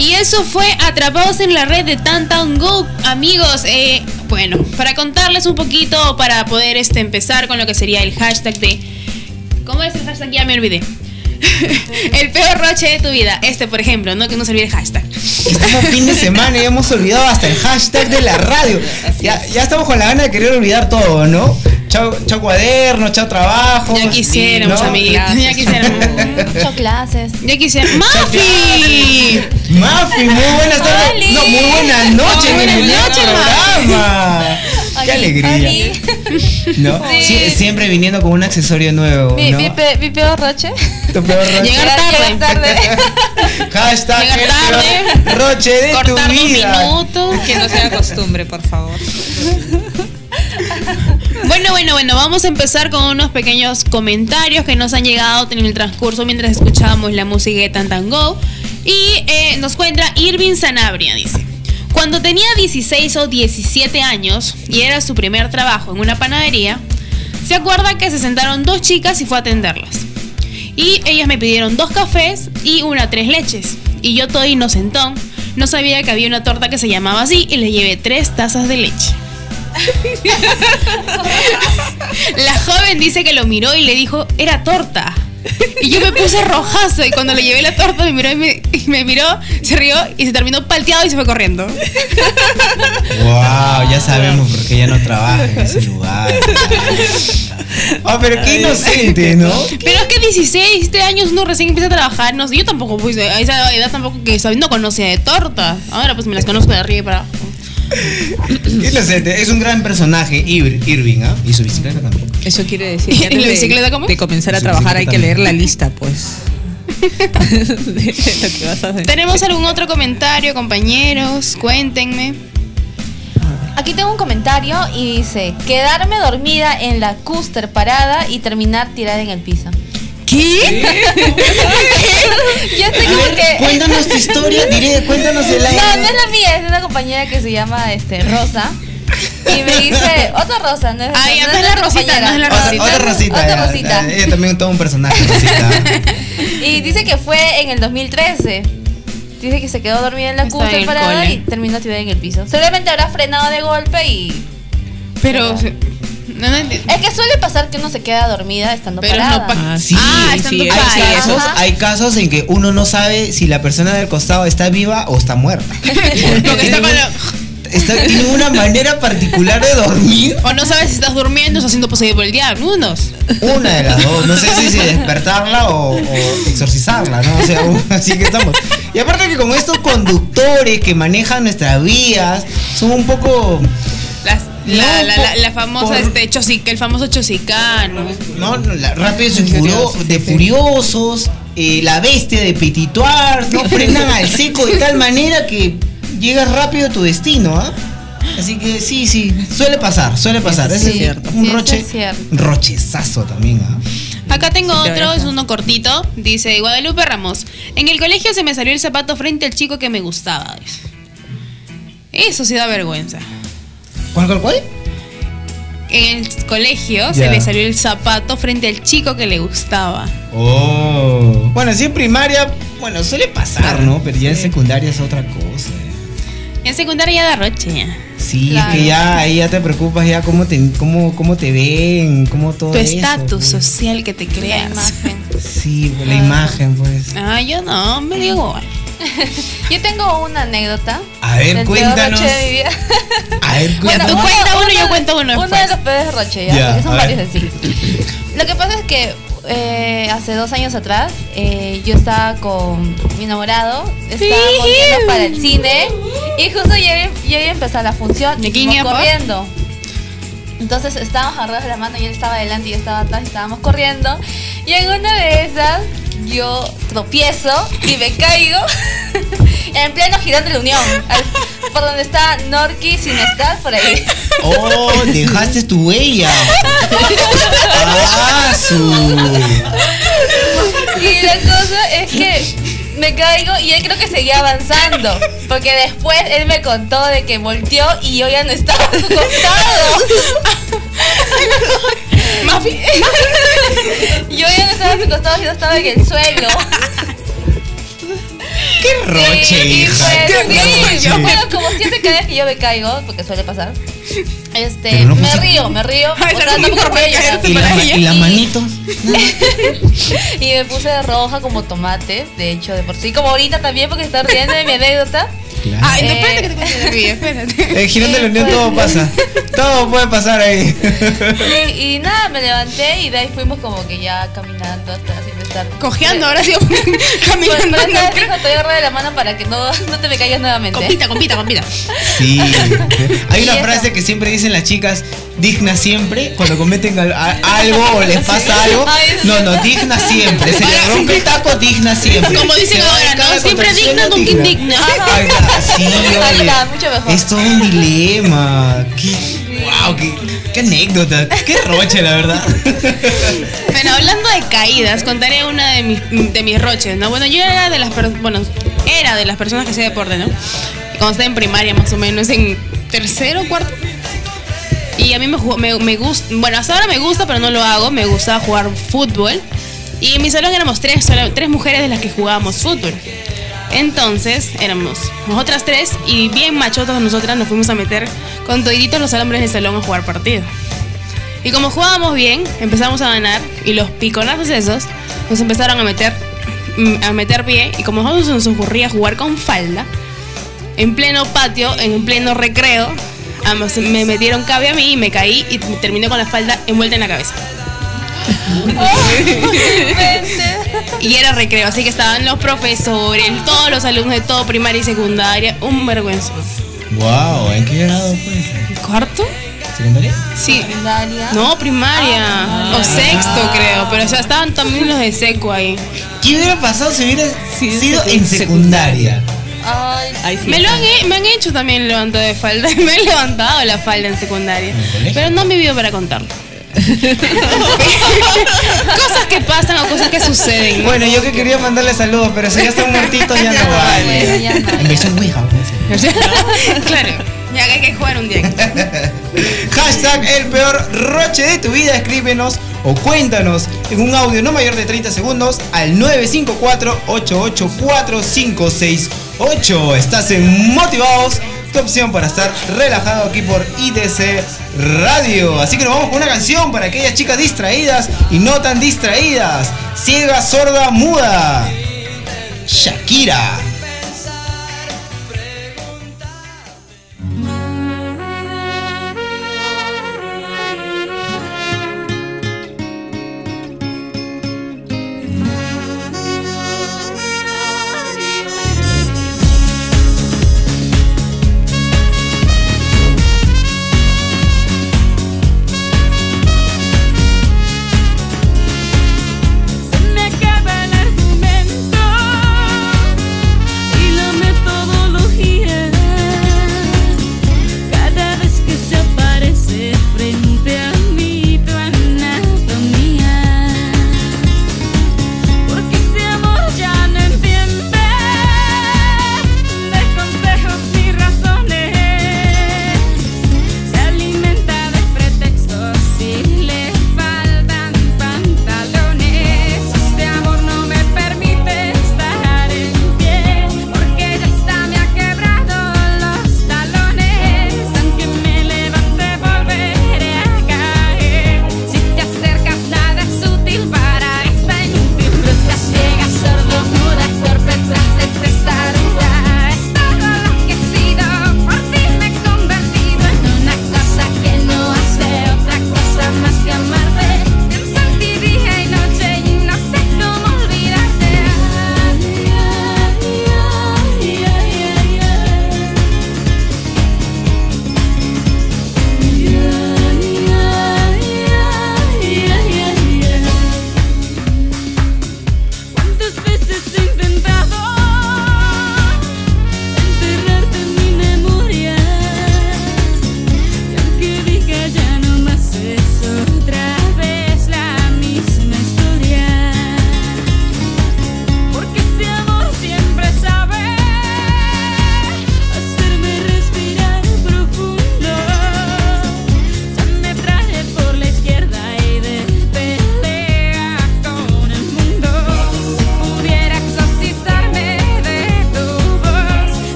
Y eso fue Atrapados en la Red de Tantan Go. Amigos, eh, bueno, para contarles un poquito, para poder este, empezar con lo que sería el hashtag de... ¿Cómo es el hashtag? Ya me olvidé. El peor roche de tu vida. Este, por ejemplo, no que no se olvide el hashtag. Estamos fin de semana y hemos olvidado hasta el hashtag de la radio. Ya, ya estamos con la gana de querer olvidar todo, ¿no? Chao, chao cuaderno, chao trabajo. Ya quisiéramos, ¿no? Amiguitos. Ya quisiéramos. Chao clases. Ya quisiéramos. ¡Mafi! Mafi, muy buenas tardes. Oli. No, muy buenas noches. Muy buenas bienvenida al noches, programa. Qué alegría. ¿No? Sí. Sie- siempre viniendo con un accesorio nuevo, Mi, ¿no? mi, pe- mi peor roche. Tu peor roche. Llegar tarde. Llegar tarde. Hashtag Llegar el tarde. peor roche de tu Cortar dos vida. minutos. Que no sea costumbre, por favor. Bueno, bueno, bueno, vamos a empezar con unos pequeños comentarios que nos han llegado en el transcurso mientras escuchábamos la música de Tantan Go. Y eh, nos cuenta Irving Sanabria, dice: cuando tenía dieciséis o diecisiete años y era su primer trabajo en una panadería, se acuerda que se sentaron dos chicas y fue a atenderlas. Y ellas me pidieron dos cafés y una tres leches. Y yo todo inocentón, no sabía que había una torta que se llamaba así y le llevé tres tazas de leche. La joven dice que lo miró y le dijo, era torta. Y yo me puse rojazo y cuando le llevé la torta me miró y me, y me miró, se rió y se terminó palteado y se fue corriendo. Wow, ya sabemos por qué ya no trabaja en ese lugar. Ah, pero qué inocente, ¿no? Pero es que dieciséis, diecisiete años uno recién empieza a trabajar, no sé, yo tampoco, pues a esa edad tampoco que no conocía de tortas. Ahora pues me las conozco de arriba y para abajo. Qué inocente, es un gran personaje, Ir- Irving, ¿ah? Y su bicicleta también. Eso quiere decir ¿Y que antes la bicicleta de, cómo? de comenzar a Su trabajar hay que bicicleta leer la también. lista, pues. De lo que vas a hacer. ¿Tenemos algún otro comentario, compañeros? Cuéntenme. Aquí tengo un comentario y dice: quedarme dormida en la cúster parada y terminar tirada en el piso. ¿Qué? Yo estoy como que... Cuéntanos tu historia, diré, cuéntanos el aire. No, no es la mía, es de una compañera que se llama este Rosa. Y me dice, otra Rosa, no es, Ay, no no es la tu Rosita, compañera. no es la Otra, Rosita. otra Rosita. Otra ya, Rosita. ya, ella también todo un personaje, Rosita. Y dice que fue en el dos mil trece. Dice que se quedó dormida en la Estaba en cúster el parada cole. y terminó tirada en el piso. Seguramente habrá frenado de golpe y... Pero... No, no entiendo. Es que suele pasar que uno se queda dormida estando Pero parada. no pa- Ah, Sí, Ah, estando sí, hay parada. sí, casos, Ajá. hay casos en que uno no sabe si la persona del costado está viva o está muerta. Porque está con la- Está, tiene una manera particular de dormir. O no sabes si estás durmiendo o estás siendo poseído por el diablo. Unos. Una de las dos. No sé si, si despertarla o, o exorcizarla, ¿no? O sea, un- así que estamos. Y aparte que con estos conductores que manejan nuestras vías, son un poco... Las- la, No, la, la, la famosa, por- este, chosica, el famoso chosicano. ¿no? La- rápidos y furo- de furiosos, eh, la bestia de Petitoir, no frenan al seco de tal manera que llegas rápido a tu destino, ¿ah? Así que sí, sí, suele pasar, suele pasar. Sí, Ese es cierto. un Sí, eso roche, es cierto. un rochezazo también, ¿ah? Acá tengo Sí, te otro, ves, es ¿no? uno cortito. Dice Guadalupe Ramos: en el colegio se me salió el zapato frente al chico que me gustaba. Dice. Eso sí da vergüenza. ¿Cuál, cuál, cuál? En el colegio se Ya. le salió el zapato frente al chico que le gustaba. Oh. Bueno, sí en primaria, bueno, suele pasar, ¿no? Pero ya en secundaria es otra cosa. Y en secundaria ya da roche ya. Sí, Claro. es que ya ahí ya te preocupas ya cómo te, cómo, cómo te ven, cómo todo Tu eso, estatus pues. social que te La creas. imagen. Sí, pues, la imagen, pues. Ah, yo no, me digo. Yo tengo una anécdota. A ver, del peor cuéntanos. roche de mi vida. A ver, Ya, cuéntanos. tú cuenta uno, yo cuento uno Uno después. de los peores roches, ya, Ya, porque son a varios ver. en sí. Lo que pasa es que eh, hace dos años atrás eh, yo estaba con mi enamorado, estábamos yendo para el cine y justo ya, ya iba a empezar la función ¿De y quién fuimos iba, pa? corriendo. Entonces estábamos agarrados de la mano y él estaba adelante y yo estaba atrás y estábamos corriendo. Y en una de esas yo tropiezo y me caigo en pleno Girón de la Unión, al- por donde está Norqui sin estar por ahí. Oh, dejaste tu huella. Ah, su. Y la cosa es que me caigo y él creo que seguía avanzando. Porque después él me contó de que volteó y yo ya no estaba a su costado. Mafi. Yo ya no estaba a su costado, yo estaba en el suelo. ¡Qué roche, y, y hija! pues, ¡Qué sí, roche! yo juego como siete cada vez que yo me caigo, porque suele pasar. Este, Pero no me pasa- río, me río. Ay, o está sea, como tampoco voy a para llorar. ¿Y, la, y las manitos? Y me puse roja como tomate, de hecho, de por sí. Como ahorita también, porque está riendo de mi anécdota. Claro. Ay, no, Eh, espérate que te cuente de mí, espérate. En Girón de la Unión pues- todo pasa. Todo puede pasar ahí. Sí, y nada, me levanté y de ahí fuimos como que ya caminando hasta sin estar. Cojeando, ahora sí, Pues, caminando. pero esta vez no, dijo, te agarré de la mano para que no, no te me caigas nuevamente. Compita, compita, compita. Sí. Hay una Y eso. frase que siempre dicen las chicas, digna siempre, cuando cometen al- a- algo o les pasa algo. Ay, No, no, digna siempre. Se le rompe el taco, digna siempre. Como dicen Se va de ahora, cara ¿no? contra Siempre el digna suelo, con quien digna. Ahí está, sí, Ahí oye. está, mucho mejor. Es todo un dilema. Qué, wow, qué, qué anécdota. Qué roche, la verdad. Bueno, hablando de caídas, contaré una de mis, de mis roches, ¿no? Bueno, yo era de las per- bueno, era de las personas que hacía deporte, ¿no? Cuando estaba en primaria, más o menos, en tercero o cuarto. Y a mí me, jugó- me, me gusta, bueno, hasta ahora me gusta, pero no lo hago, me gusta jugar fútbol. Y en mi salón éramos tres, solo- tres mujeres de las que jugábamos fútbol. Entonces, éramos nosotras tres y bien machotas nosotras nos fuimos a meter con toditos los hombres del salón a jugar partido. Y como jugábamos bien, empezamos a ganar y los piconazos esos nos empezaron a meter mm, a meter pie y como a nosotros nos ocurría jugar con falda, en pleno patio, en pleno recreo, ambos me metieron cabe a mí y me caí y terminé con la falda envuelta en la cabeza. Y era recreo, así que estaban los profesores, todos los alumnos de todo primaria y secundaria, un vergüenza. Wow, ¿en qué grado fue? ¿Cuarto? ¿Secundaria? Sí. Secundaria. No, primaria. O sexto, creo. Pero o sea, estaban también los de seco ahí. ¿Qué hubiera pasado si hubiera Sí, sido secu- en secundaria? Ay, Ay, sí, Me lo está. han, he- me han hecho también levanto de falda. Me han levantado la falda en secundaria. ¿En el colegio? Pero no han vivido para contarlo. Cosas que pasan o cosas que suceden, ¿no? Bueno, yo que quería mandarle saludos, pero si ya están muertitos ya no vale. bueno, ya no, En versión Ouija, pues. Claro, ya que hay que jugar un día. Hashtag el peor roche de tu vida. Escríbenos o cuéntanos en un audio no mayor de treinta segundos al nueve cinco cuatro, ocho ocho cuatro, cinco seis ocho. Estás en Motivados, tu opción para estar relajado aquí por I D C Radio. Así que nos vamos con una canción para aquellas chicas distraídas y no tan distraídas. Ciega, sorda, muda. Shakira. Me acaba el argumento.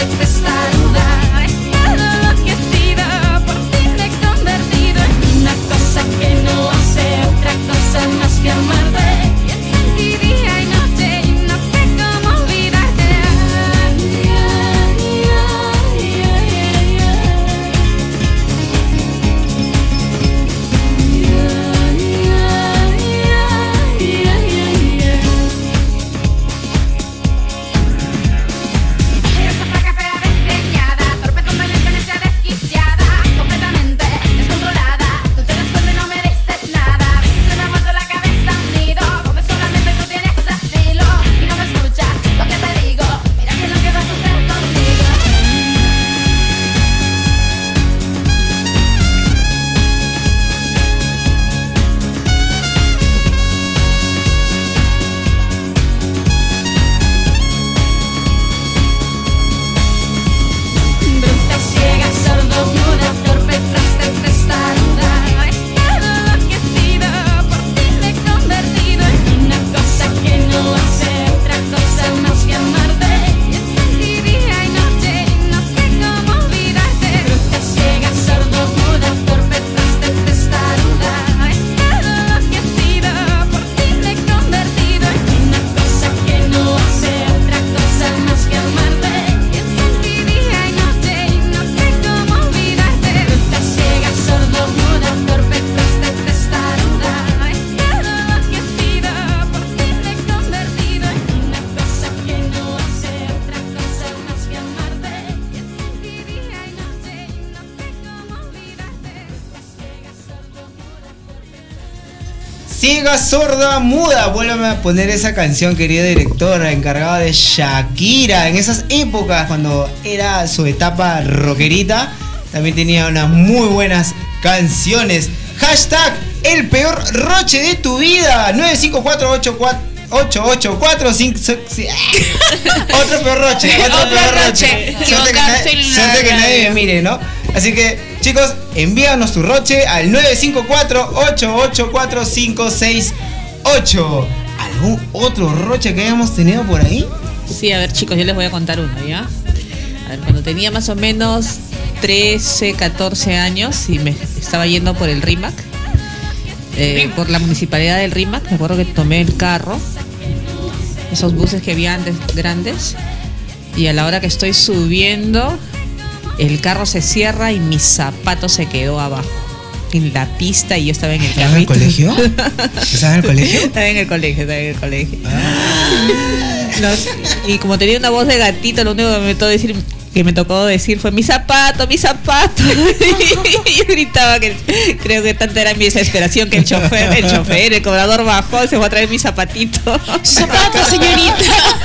de testaruda. Es todo lo que he sido, por ti me he convertido en una cosa que no hace otra cosa más que amarte. Pienso en ti día y noche y no sé cómo olvidarte. Ciega, sorda, muda. Vuélvame a poner esa canción, querida directora, encargada de Shakira. En esas épocas, cuando era su etapa rockerita, también tenía unas muy buenas canciones. Hashtag el peor roche de tu vida. nueve cinco cuatro ocho ocho cuatro cinco. Otro peor roche. Otro, Otro peor roche. roche. Suerte que, na- suerte que nadie me mire, ¿no? Así que, chicos, envíanos tu roche al nueve cinco cuatro ocho ocho cuatro cinco seis ocho. ¿Algún otro roche que hayamos tenido por ahí? Sí, a ver, chicos, yo les voy a contar uno, ¿ya? A ver, cuando tenía más o menos trece, catorce años y me estaba yendo por el Rímac, eh, por la municipalidad del Rímac, me acuerdo que tomé el carro, esos buses que había antes grandes, y a la hora que estoy subiendo, el carro se cierra y mi zapato se quedó abajo en la pista y yo estaba en el ¿Estabas en el carrito. colegio? ¿Estabas en el colegio? Estaba en el colegio, estaba en el colegio. Los- y como tenía una voz de gatito, lo único que me tocó decir, que me tocó decir fue mi zapato, mi zapato. Y yo gritaba que creo que tanta era mi desesperación que el chofer, el chofer, el cobrador bajó y se fue a traer mi zapatito. Su zapato, señorita.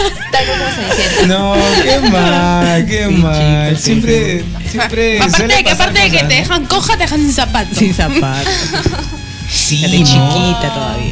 No, qué mal, qué mal. Siempre, siempre. Aparte suele de que, pasar aparte de que cosas, te ¿no? dejan coja, te dejan sin zapato. Sin zapato. Sí, De ¿no? chiquita todavía.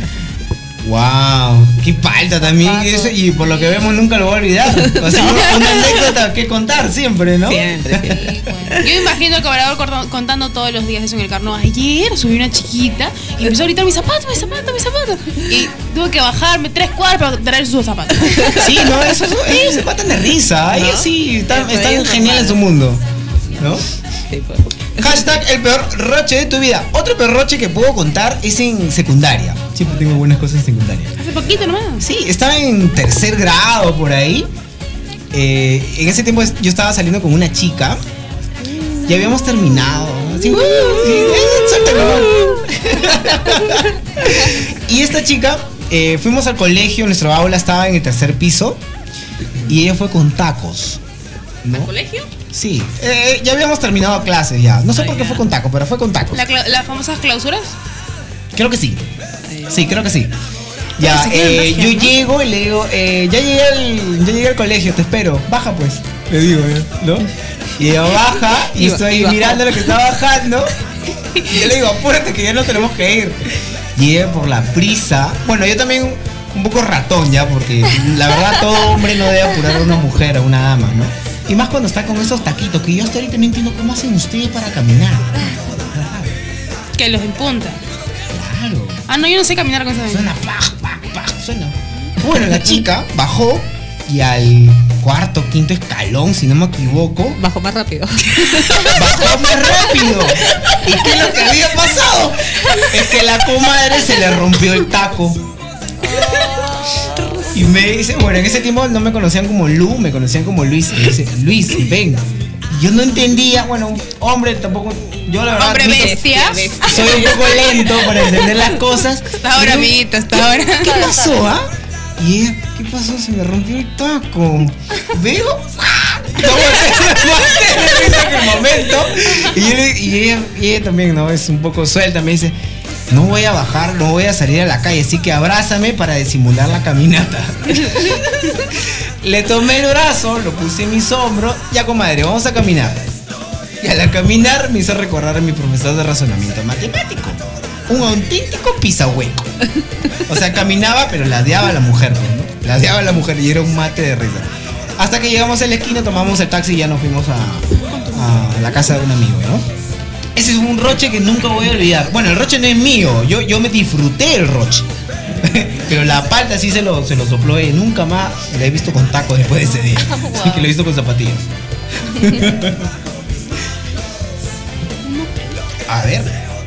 Wow, qué falta también eso, y por lo que vemos nunca lo voy a olvidar. O sea, una, una anécdota que contar siempre, ¿no? Siempre, siempre. Yo me imagino el cobrador corto- contando todos los días eso en el carro. No, ayer subí una chiquita y empezó a gritar mi zapato, mi zapato, mi zapato. Y tuve que bajarme tres cuadras para traer sus zapatos. Sí, no, eso, eso- ellos se matan de risa. Ellos sí, están, están geniales en su mundo, ¿no? Sí, pues. Hashtag el peor roche de tu vida. Otro peor roche que puedo contar es en secundaria. Siempre tengo buenas cosas en secundaria. Hace poquito nomás. Sí, estaba en tercer grado por ahí. Eh, en ese tiempo yo estaba saliendo con una chica. Y habíamos terminado. Así, sí, eh, suéltalo. Y esta chica, eh, fuimos al colegio, nuestro aula estaba en el tercer piso. Y ella fue con tacos, ¿no? ¿Al colegio? Sí, eh, ya habíamos terminado clases ya. No sé por qué fue con tacos, pero fue con tacos. La cla- ¿Las famosas clausuras? Creo que sí. Sí, creo que sí. Ya, Pero se queda eh, magia, yo ¿no? llego y le digo, eh, ya llegué al, ya llegué al colegio, te espero. Baja pues. Le digo, ¿eh? ¿No? Y ella baja y Y ba- estoy y bajó. mirando lo que está bajando. Y yo le digo, apúrate que ya no tenemos que ir. Y ella por la prisa. Bueno, yo también un poco ratón ya, porque la verdad todo hombre no debe apurar a una mujer, a una dama, ¿no? Y más cuando está con esos taquitos, que yo hasta ahorita no entiendo cómo hacen ustedes para caminar. Que los empunta. Claro. Ah, no, yo no sé caminar con esa vaina. Suena paj, paj, paj, suena. Bueno, la chica bajó y al cuarto, quinto escalón, si no me equivoco, Bajó más rápido. bajó más rápido. ¿Y qué es lo que había pasado? Es que la comadre se le rompió el taco. Y me dice, bueno, en ese tiempo no me conocían como Lu, me conocían como Luis. Y me dice, Luis, ven. Y yo no entendía, bueno, hombre, tampoco, yo la verdad. Hombre bestia. Soy un poco lento para entender las cosas. Hasta ahora, Pero, amiguita, hasta ahora. ¿qué pasó, ah? Y ella, ¿qué pasó? Se me rompió el taco. Veo. No, me risa en el momento. Y, yo le- y ella, y ella también, ¿no? Es un poco suelta, me dice, no voy a bajar, no voy a salir a la calle, así que abrázame para disimular la caminata. Le tomé el brazo, lo puse en mis hombros, ya comadre, vamos a caminar. Y al caminar me hizo recordar a mi profesor de razonamiento matemático. Un auténtico pisahueco. O sea, caminaba, pero ladeaba a la mujer, ¿no? Ladeaba a la mujer y era un mate de risa. Hasta que llegamos a la esquina, tomamos el taxi y ya nos fuimos a, a la casa de un amigo, ¿no? Ese es un roche que nunca voy a olvidar. Bueno, el roche no es mío, yo, yo me disfruté el roche. Pero la palta sí se lo, se lo sopló y nunca más la he visto con tacos después de ese día. Así que lo he visto con zapatillas. A ver,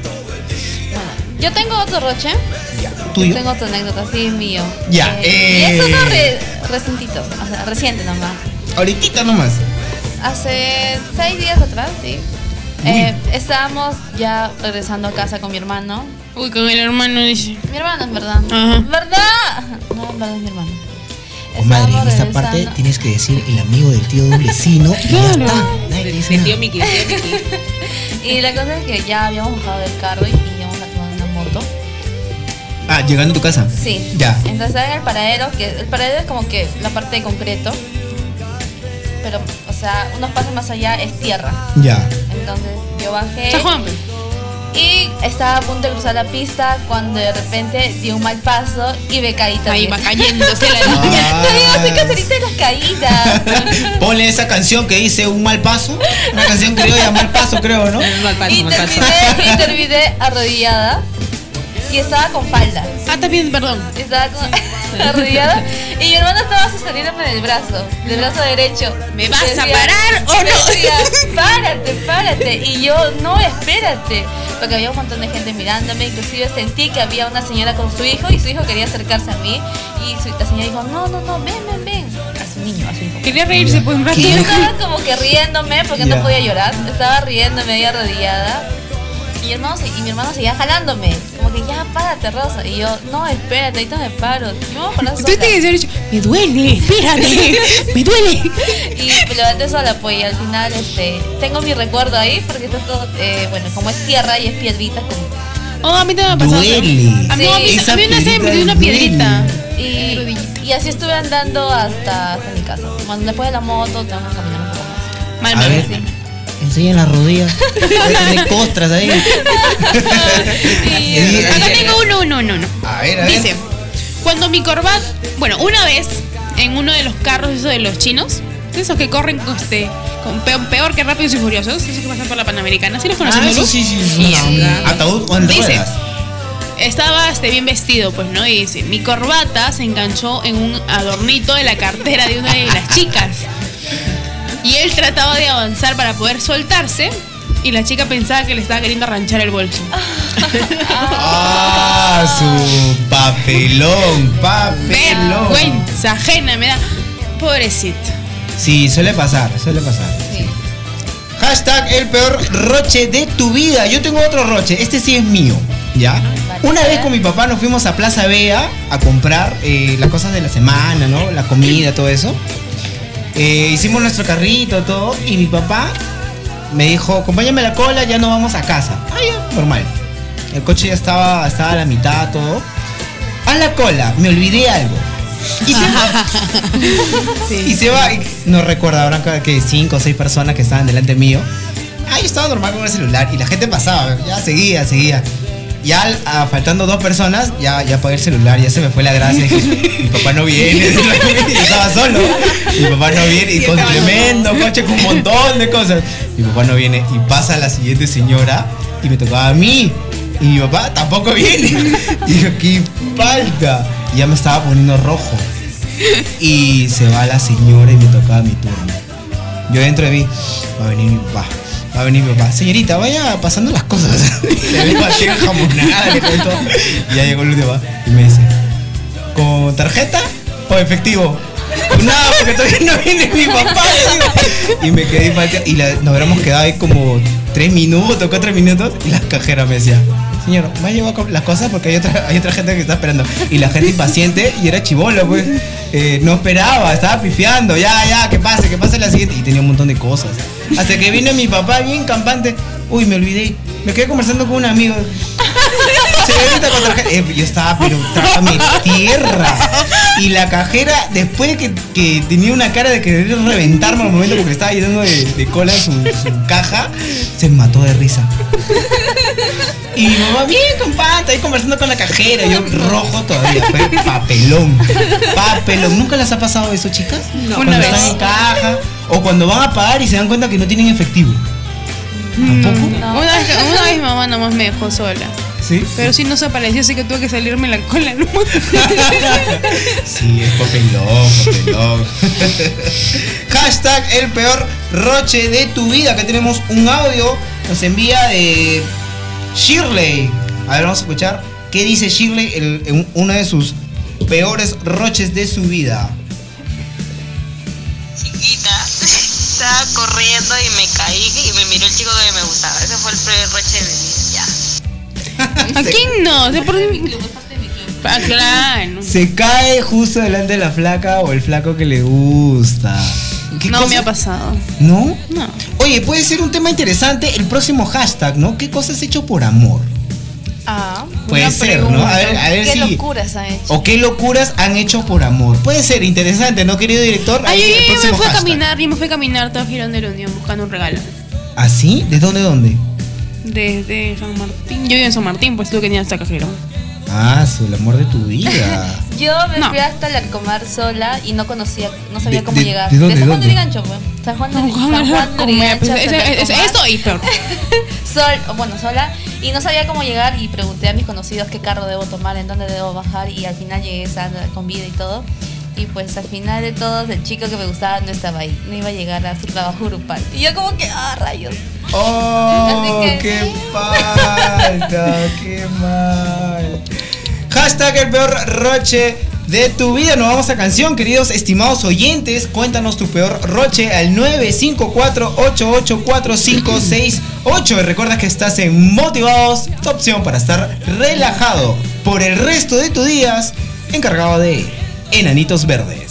Yo tengo otro roche. ya, tuyo. Tengo otra anécdota, sí, mío. Ya, Eh, Y es eh. uno re- recientito, o sea, reciente nomás. Ahorita nomás. Hace seis días atrás, sí. Eh, estábamos ya regresando a casa con mi hermano. Uy, con el hermano dice. Mi hermano, en verdad. Ajá. ¿Verdad? No, en verdad es mi hermano. Comadre, en Estábamos esta parte regresando. tienes que decir el amigo del tío de un vecino y ya está. Nadie le dice De tío nada. Miki, tío Miki. Y la cosa es que ya habíamos bajado del carro y, y íbamos a tomar una moto. Ah, llegando a tu casa. Sí. Ya. Entonces estaba en el paradero, que el paradero es como que la parte de concreto. Pero, o sea, unos pasos más allá es tierra. Ya. Entonces yo bajé. San Juan, pues. Y estaba a punto de cruzar la pista cuando de repente di un mal paso y me caí Ahí también. va cayéndose la niña. Ah. Te digo, soy caserita de las caídas. Ponle esa canción que dice un mal paso. Una canción que yo mal paso, creo, ¿no? Mal paso, Y mal paso. terminé, y terminé arrodillada. Y estaba con falda. Ah, también, perdón. Estaba con arrodillada. Y mi hermano estaba sosteniéndome del brazo, del brazo derecho. ¿Me vas Decía- a parar o y me no? decía, párate, párate. Y yo, no, espérate. Porque había un montón de gente mirándome. Inclusive sentí que había una señora con su hijo y su hijo quería acercarse a mí. Y su- la señora dijo, no, no, no, ven, ven, ven. A su niño, a su hijo. Quería reírse por un rato. Y yo estaba como que riéndome porque Ya. no podía llorar. Estaba riéndome ahí arrodillada. Y mi, hermano, se- y mi hermano seguía jalándome. Como que ya, párate, Rosa. Y yo, no, espérate, ahorita me paro. Me voy a parar Tú sola. tienes que haber dicho, me duele, espérate, me duele. Y me levanté sola, pues. Y al final, este, tengo mi recuerdo ahí porque está todo, eh, bueno, como es tierra y es piedrita. Como, Oh, a mí también me ha pasado. Duele. A mí, a mí, Esa a mí una vez me piedrita metió una duele. piedrita. y, y así estuve andando hasta, hasta mi casa. Cuando después de la moto, tengo que caminar un poco más. Mal, A mal. ver. Sí. Enseñan las rodillas. Hay costras ahí. Y- Acá tengo uno, uno, uno, uno. A ver, a ver. Dice, cuando mi corbata, bueno, una vez en uno de los carros esos de los chinos, esos que corren con este, con peor, peor que Rápidos y Furiosos, esos que pasan por la Panamericana, ¿sí los conocen? Ah, eso Luz? sí, sí, sí. Y Una- Ataúd con Dice, ruedas. estaba este, bien vestido, pues, ¿no? Y dice, mi corbata se enganchó en un adornito de la cartera de una de las chicas. Y él trataba de avanzar para poder soltarse. Y la chica pensaba que le estaba queriendo arranchar el bolso. Ah, su papelón, papelón. Vergüenza ajena me da. Pobrecito. Sí, suele pasar, suele pasar. Sí. Hashtag el peor roche de tu vida. Yo tengo otro roche, este sí es mío, ¿ya? Vale. Una vez con mi papá nos fuimos a Plaza Vea a comprar eh, las cosas de la semana, ¿no? La comida, todo eso. Eh, hicimos nuestro carrito, todo, y mi papá me dijo, acompáñame a la cola, ya no vamos a casa. Ah, ya, normal. El coche ya estaba, estaba a la mitad, todo. A la cola, me olvidé algo. Y se va. Y se va. Y no recuerdo, habrán que cinco o seis personas que estaban delante mío. Ah, yo estaba normal con el celular y la gente pasaba, ya seguía, seguía. Ya al- a- faltando dos personas, ya, ya apagué el celular, ya se me fue la gracia. Dije, mi papá no viene. Yo estaba solo. Mi papá no viene. Y con tremendo coche, con un montón de cosas. Mi papá no viene. Y pasa la siguiente señora y me tocaba a mí. Y mi papá tampoco viene. Y yo, ¿qué falta? Y ya me estaba poniendo rojo. Y se va la señora y me tocaba mi turno. Yo dentro de mí, va a venir mi papá. Va a venir mi papá. Señorita, vaya pasando las cosas. Le vengo así jamonada, le cuento. Y ya llegó el último y me dice, ¿con tarjeta o efectivo? No, porque todavía no viene mi papá. Y me quedé falteado. Y la, nos hubiéramos quedado ahí como tres minutos, cuatro minutos. Y la cajera me decía, señor, ¿me ha llevado las cosas? Porque hay otra, hay otra gente que está esperando. Y la gente impaciente, y era chibolo, pues. Eh, no esperaba, estaba pifiando. Ya, ya, que pase, que pase la siguiente. Y tenía un montón de cosas. Hasta que vino mi papá bien campante. Uy, me olvidé. Me quedé conversando con un amigo. Señorita con tarjeta. Eh, yo estaba, pero trágame tierra. Y la cajera, después de que, que tenía una cara de querer reventarme al momento porque estaba llenando de, de cola su, su caja, se mató de risa. Y mi mamá bien campante, ahí conversando con la cajera. Yo rojo todavía. Fue papelón. Papelón. ¿Nunca les ha pasado eso, chicas? No. Cuando Una están vez. en caja o cuando van a pagar y se dan cuenta que no tienen efectivo. ¿Tampoco? No. Una, vez, una vez mi mamá nomás me dejó sola. ¿Sí? Pero sí no se apareció, así que tuve que salirme la cola. ¿No? Sí, es papelón, papelón. Hashtag el peor roche de tu vida. Acá tenemos un audio. Nos envía de Shirley. A ver, vamos a escuchar qué dice Shirley, el, en uno de sus peores roches de su vida. Chiquita, estaba corriendo y me caí y me miró el chico que me gustaba. Ese fue el peor roche de mi vida. Ya. ¿A quién no? ¿De por Ah, claro. Se cae justo delante de la flaca o el flaco que le gusta. No cosa? me ha pasado. ¿No? No. Oye, puede ser un tema interesante el próximo hashtag, ¿no? ¿Qué cosas hecho por amor? Ah, Puede buena ser, pregunta. ¿no? A ver, a ver ¿Qué si... locuras han hecho? ¿O qué locuras han hecho por amor? Puede ser interesante, ¿no, querido director? Ay, Ahí el yo, yo próximo me fui a hashtag. caminar, yo me fui a caminar todo Girón de la Unión buscando un regalo. ¿Ah, sí? ¿De dónde, dónde? Desde San Martín. Yo vivo en San Martín, pues tú que tenías hasta Cajero. Ah, su, el amor de tu vida. Yo me No. fui hasta Larcomar sola y no conocía, no sabía De- cómo de- llegar. ¿de dónde, San Juan dónde? de Lurigancho, pues. San Juan de, San Juan de Como ya, Lurigancho. pues, hasta es- es- Larcomar. Esto y peor. Sol, bueno, sola. Y no sabía cómo llegar y pregunté a mis conocidos qué carro debo tomar, en dónde debo bajar y al final llegué sana, con vida y todo. Y pues al final de todos el chico que me gustaba no estaba ahí, no iba a llegar a su trabajo grupal. Y yo como que, ah, rayos. ¡Oh, Así que- qué falta! ¡Qué mal! Hashtag el peor roche de tu vida. Nos vamos a canción, queridos estimados oyentes. Cuéntanos tu peor roche al nueve cinco cuatro, ocho ocho cuatro, cinco seis ocho. Y recuerda que estás en Motivados, tu opción para estar relajado por el resto de tus días, encargado de Enanitos Verdes.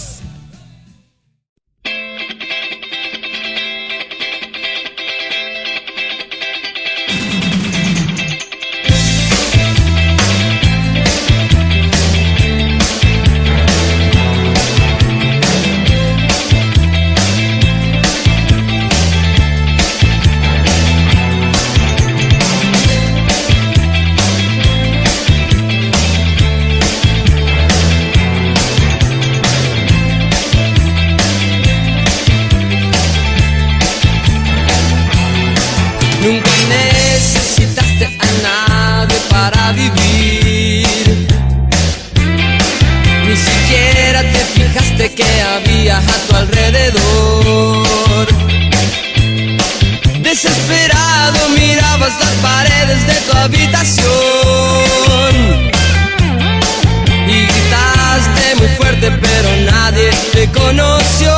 Nunca necesitaste a nadie para vivir. Ni siquiera te fijaste que había a tu alrededor. Desesperado mirabas las paredes de tu habitación y gritaste muy fuerte, pero nadie te conoció.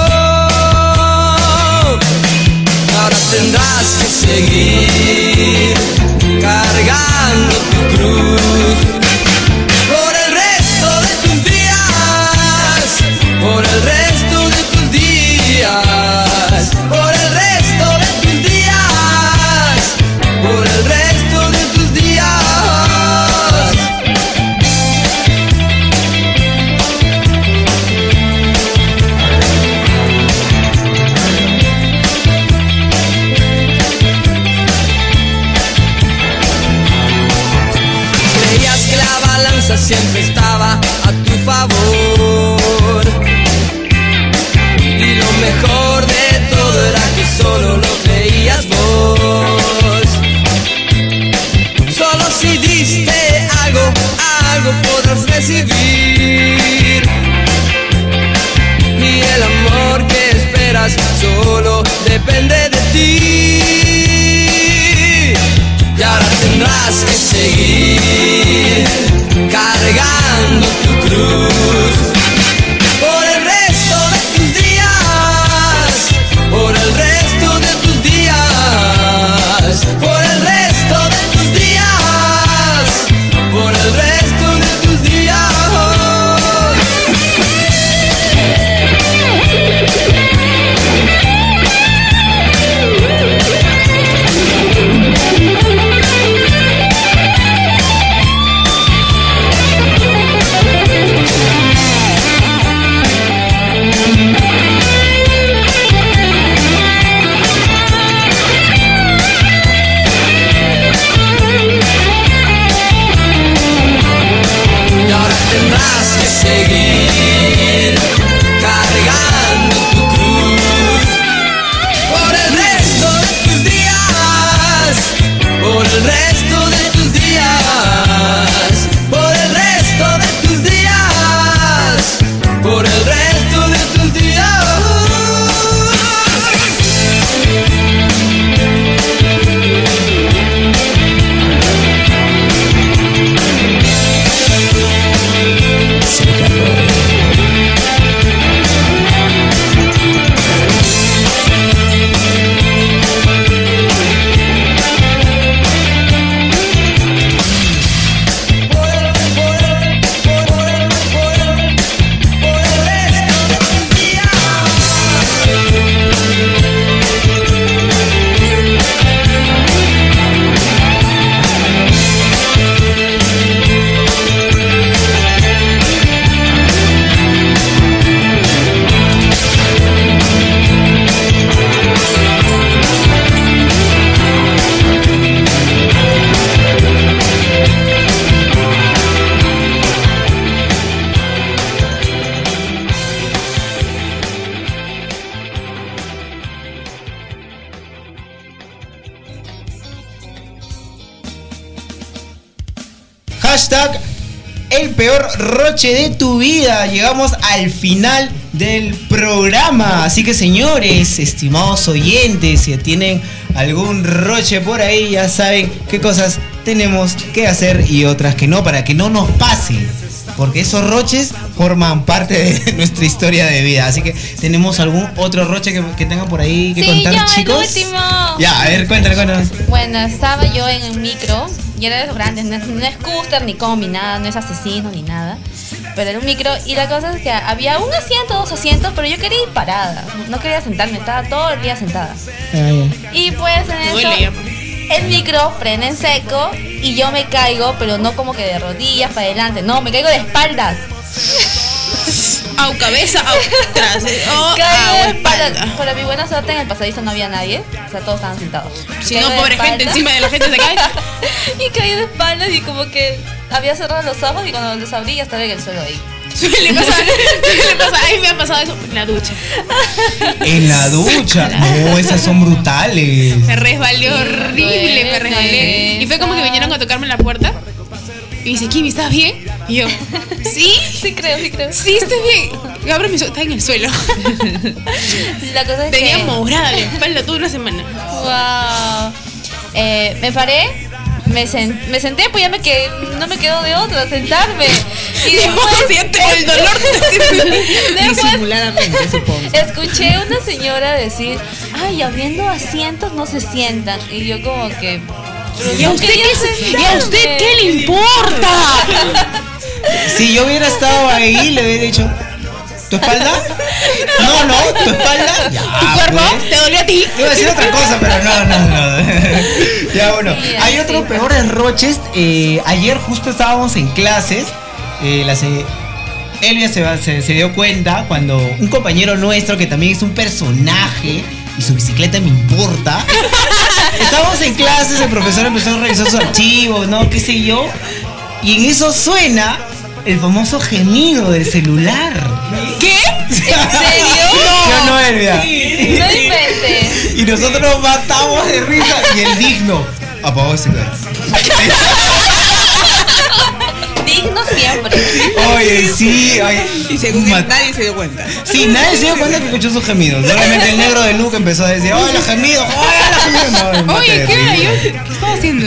Ahora tendrás que seguir cargando tu cruz por el resto de tus días, por el resto de tus días, por el resto de tus días, por el resto de tus días. Creías que la balanza siempre estaba a tu favor y lo mejor de todo era que solo lo creías vos. Solo si diste algo, algo podrás recibir. tendrás que seguir cargando tu cruz por el resto de tus días, por el resto de tus días, por el resto de tus días, por el resto de tus días. Tendrás que seguir cargando tu cruz por el resto de tus días, por el resto de tus días, por el resto de tus días, por el resto de tus días. Hashtag el peor roche de tu vida. Llegamos al final del programa. Así que señores, estimados oyentes, si tienen algún roche por ahí, ya saben qué cosas tenemos que hacer y otras que no, para que no nos pase. Porque esos roches forman parte de nuestra historia de vida. Así que tenemos algún otro roche que, que tengan por ahí que Sí, contar, yo, chicos. el último. Ya, a ver, cuéntale, cuéntanos. Bueno, estaba yo en el micro, y era de los grandes, no, no es scooter, ni combi, nada, no es asesino, ni nada. Pero era un micro, y la cosa es que había un asiento, dos asientos, pero yo quería ir parada. No quería sentarme, estaba todo el día sentada. Y pues en eso, Duele ya. el micro frena en seco, y yo me caigo, pero no como que de rodillas para adelante, no, me caigo de espaldas. Au cabeza, au atrás. Oh, Caigo au de espaldas. espalda. Para mi buena suerte en el pasadizo no había nadie, o sea, todos estaban sentados. Si Caigo no, de pobre gente, espaldas. encima de la gente se cae. Y caí de espaldas y como que había cerrado los ojos, y cuando los abrí ya estaba en el suelo ahí. Suele pasar, suele pasar. A mí me ha pasado eso en la ducha. En la ducha. No, esas son brutales. Me resbalé Sí, horrible, me duele. resbalé. Y fue como que vinieron a tocarme la puerta. Y dice, Kimi, ¿estás bien? Y yo, ¿sí? Sí creo, sí creo. Sí, estoy bien. Y abro mi suelo, está en el suelo. La cosa es Tenía que... morada la espalda toda una semana. Wow. Eh, me paré, me, sen- me senté, pues ya me quedé, no me quedó de otra, sentarme. Y después, siente el dolor. después Disimuladamente, supongo. escuché una señora decir, ay, abriendo asientos no se sientan. Y yo como que... pero ¿Y a no usted quería qué se- y a sentarme. usted qué le importa? Si yo hubiera estado ahí, le hubiera dicho, ¿tu espalda? No, no, ¿tu espalda? Ya, ¿Tu cuerpo? pues. ¿Te dolió a ti? Iba a decir otra cosa, pero no, no, no. Ya, bueno. Sí, Hay así, otros pues. peores roches. Eh, ayer justo estábamos en clases. Eh, la se- Elvia se, va- se, se dio cuenta cuando un compañero nuestro, que también es un personaje, y su bicicleta me importa. Estábamos en clases, el profesor empezó a revisar sus archivos, ¿no? ¿Qué sé yo? Y en eso suena el famoso gemido del celular. ¿Qué? ¿En serio? Yo no, Elvia. No inventes. Y nosotros nos matamos de risa. Y el digno apagó el celular. Digno siempre. Oye, sí. Oye. Y según él, nadie se dio cuenta. Sí, nadie se dio cuenta que escuchó sus gemidos. Solamente el negro de Luke empezó a decir, ¡hola, gemidos! ¡Hola, gemidos! No, Oye, ¿qué era yo? ¿Qué estaba haciendo?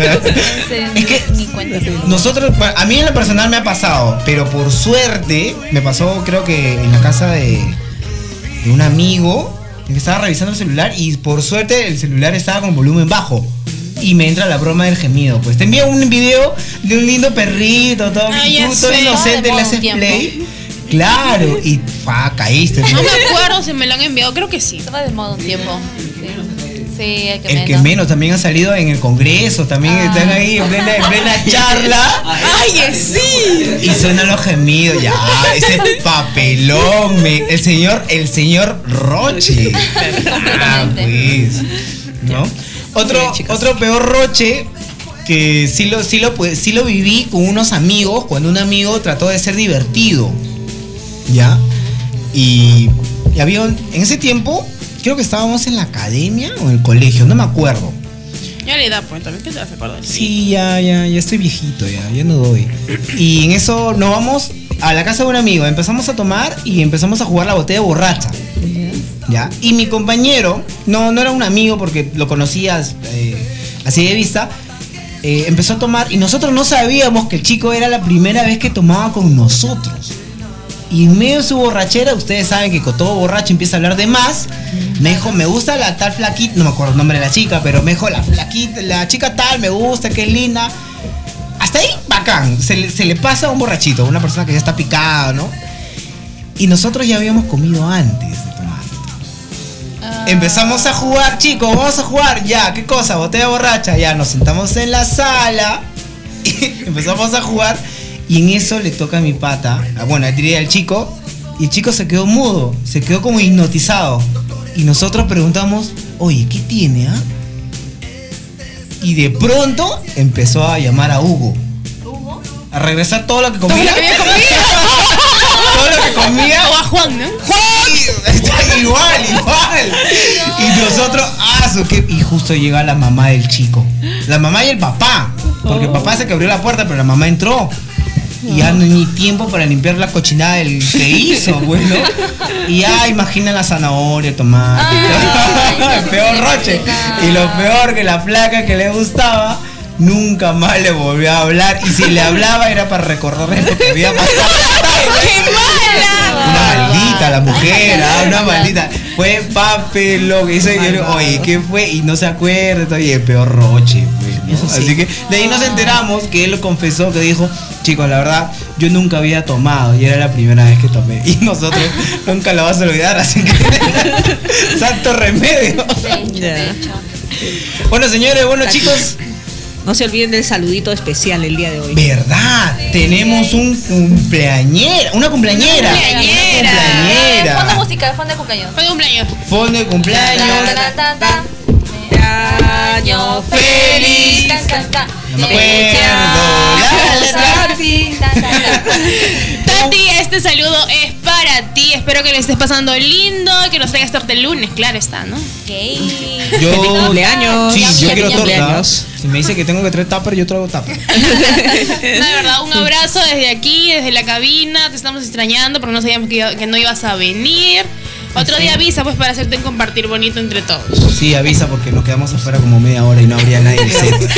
Es que nosotros, a mí en lo personal me ha pasado, pero por suerte me pasó, creo que en la casa de, de un amigo que estaba revisando el celular y por suerte el celular estaba con volumen bajo. Y me entra la broma del gemido. Pues te envía un video de un lindo perrito, todo, Ah, y ya tú, todo sé. inocente, Todo le de haces modo play. Claro, y fa, caíste. No me acuerdo si me lo han enviado, creo que sí. Estaba de modo un tiempo. Sí, sí el que El menos. que menos también ha salido en el Congreso, también Ah. están ahí en plena, en plena charla. ¡Ay, sí! Y suenan los gemidos, ya, ese papelón, me- el señor, el señor Roche. Ah, pues, ¿no? Otro, otro peor Roche que sí lo, sí lo, pues, sí lo viví con unos amigos cuando un amigo trató de ser divertido, ¿ya? Y, y había un- en ese tiempo creo que estábamos en la academia o en el colegio, no me acuerdo. Ya le da, pues también, ¿qué te vas a acordar? Sí, ya, ya, ya estoy viejito, ya, ya no doy. Y en eso nos vamos a la casa de un amigo, empezamos a tomar y empezamos a jugar la botella borracha. ¿Ya? Y mi compañero, no, no era un amigo porque lo conocías eh, así de vista, eh, empezó a tomar y nosotros no sabíamos que el chico era la primera vez que tomaba con nosotros. Y en medio de su borrachera, ustedes saben que con todo borracho empieza a hablar de más. Me dijo, me gusta la tal flaquita, no me acuerdo el nombre de la chica, pero me dijo, la flaquita, la chica tal, me gusta, que es linda. Hasta ahí, bacán. Se le, se le pasa a un borrachito, una persona que ya está picada, ¿no? Y nosotros ya habíamos comido antes de tomar. Empezamos a jugar, chicos, vamos a jugar. Ya, ¿qué cosa? Botella borracha. Ya, nos sentamos en la sala y empezamos a jugar. Y en eso le toca a mi pata, ah, bueno, le tiré al chico, y el chico se quedó mudo, se quedó como hipnotizado. Y nosotros preguntamos, oye, ¿qué tiene, ah? Y de pronto empezó a llamar a Hugo. ¿Hugo? A regresar todo lo que comía. Todo lo que había comido. Todo lo que comía. O a Juan, ¿no? ¡Juan! Está igual, igual. Y nosotros, ah, su que. Y justo llega la mamá del chico. La mamá y el papá. Porque el papá se que abrió la puerta, pero la mamá entró. Y ya no hay ni tiempo para limpiar la cochinada del que hizo, bueno. Y ya imagina la zanahoria, el tomate. Ay, El peor Roche. Y lo peor que la flaca que le gustaba nunca más le volvió a hablar. Y si le hablaba era para recordarle lo que había pasado. ¡Qué mala! Una maldita la mujer, ah, una maldita. Fue papelón que hizo. Y yo, oye, ¿qué fue? Y no se acuerda. Y el peor Roche, pues, ¿no? Así que de ahí nos enteramos que él lo confesó, que dijo, chicos, la verdad, yo nunca había tomado y era la primera vez que tomé. Y nosotros nunca lo vas a olvidar, así que santo remedio. Ya. Bueno, señores, bueno, chicos. No se olviden del saludito especial el día de hoy. ¿Verdad? Tenemos un cumpleañera, una cumpleañera. Una cumpleañera. Cumpleañera. Fondo musical, fondo de cumpleaños. Fue cumpleaños. Fondo de cumpleaños. Tan, tan, tan. Año feliz. Tan, tan, tan. No me acuerdo la letra. Tan, tan, tan. Tati, este saludo es para ti. Espero que le estés pasando lindo, que nos traigas torta el lunes, claro está, ¿no? Gay. Yo, Feliz cumpleaños. Sí, yo Feliz quiero torta. cumpleaños. Si me dice que tengo que traer tupper, yo traigo tupper. No, de verdad, un abrazo desde aquí, desde la cabina. Te estamos extrañando, pero no sabíamos que, iba- que no ibas a venir. Otro día avisa, pues, para hacerte un compartir bonito entre todos. Sí, avisa porque nos quedamos afuera como media hora y no habría nadie en el set.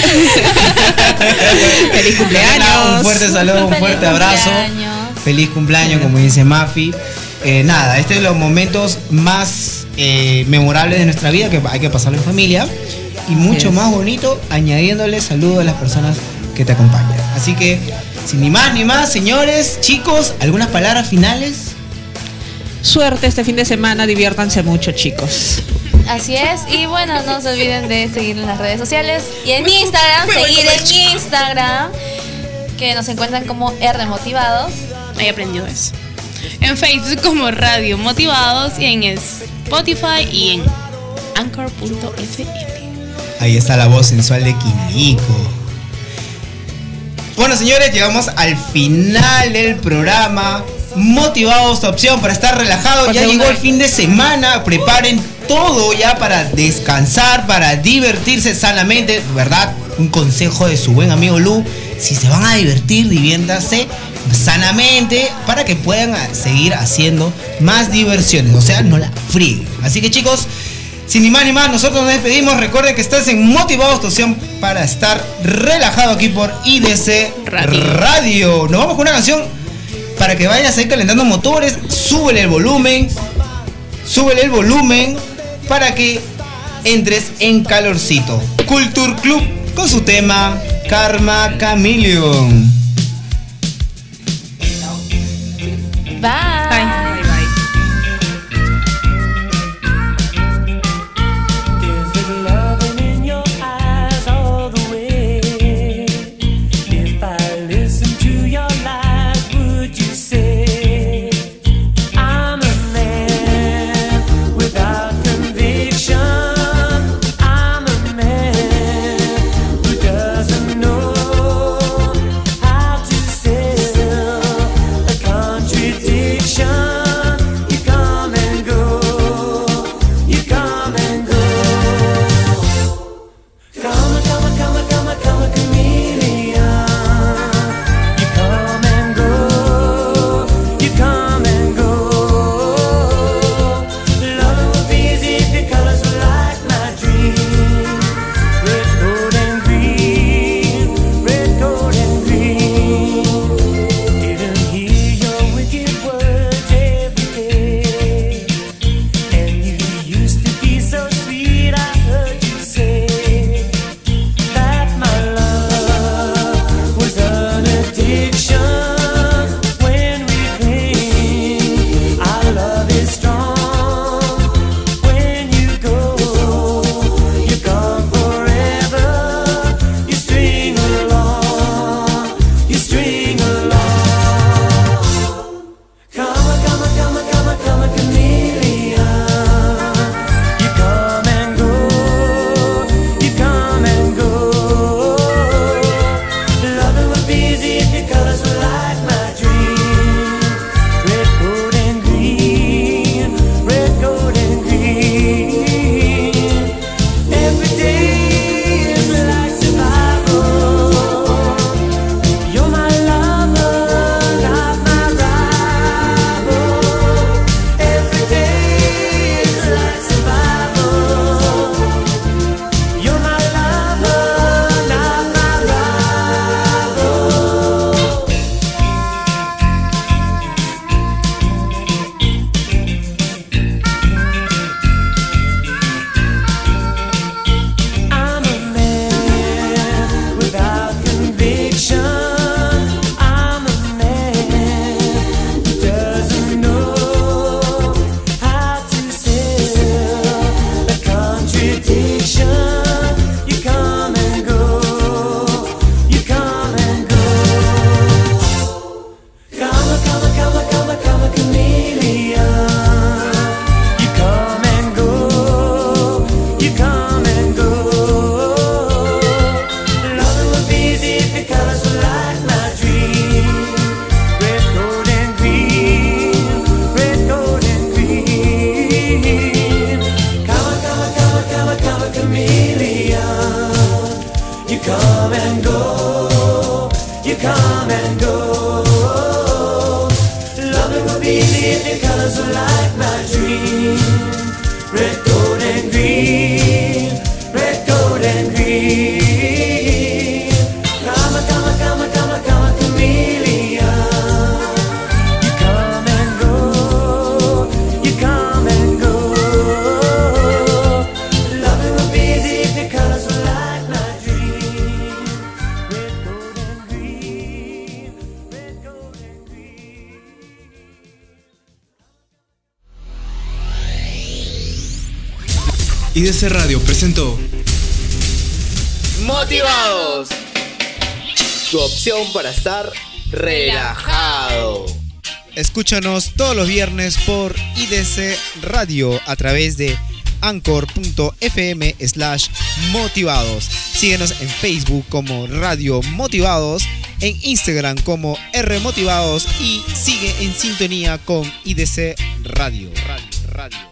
Feliz cumpleaños. Nada, un fuerte saludo, un Feliz fuerte abrazo. cumpleaños. Feliz cumpleaños, como dice Mafi. Eh, nada, este es de los momentos más eh, memorables de nuestra vida, que hay que pasarlo en familia. Y mucho es. más bonito, añadiéndole saludos a las personas que te acompañan. Así que, sin ni más ni más, señores, chicos, ¿algunas palabras finales? Suerte este fin de semana, diviértanse mucho, chicos. Así es, y bueno, no se olviden de seguir en las redes sociales y en Instagram, seguir en Instagram, que nos encuentran como R Motivados. Ahí aprendió eso. En Facebook como Radio Motivados y en Spotify y en anchor punto f m. Ahí está la voz sensual de Kimiko. Bueno, señores, llegamos al final del programa. Motivados, tu opción para estar relajados. Por Ya segunda llegó el vez. fin de semana. Preparen todo ya para descansar, para divertirse sanamente, ¿verdad? Un consejo de su buen amigo Lu: si se van a divertir, diviértanse sanamente para que puedan seguir haciendo más diversiones, o sea, no la frieguen. Así que, chicos, sin ni más ni más, nosotros nos despedimos. Recuerden que estás en Motivados, tu opción para estar relajado aquí por I D C Radio. Radio. Nos vamos con una canción para que vayas ahí calentando motores. Súbele el volumen, súbele el volumen para que entres en calorcito. Culture Club con su tema Karma Chameleon. Bye. Bye, bye. I D C Radio presentó Motivados, tu opción para estar relajado. Escúchanos todos los viernes por I D C Radio a través de anchor.fm slash motivados. Síguenos en Facebook como Radio Motivados, en Instagram como R Motivados y sigue en sintonía con I D C Radio. Radio, Radio.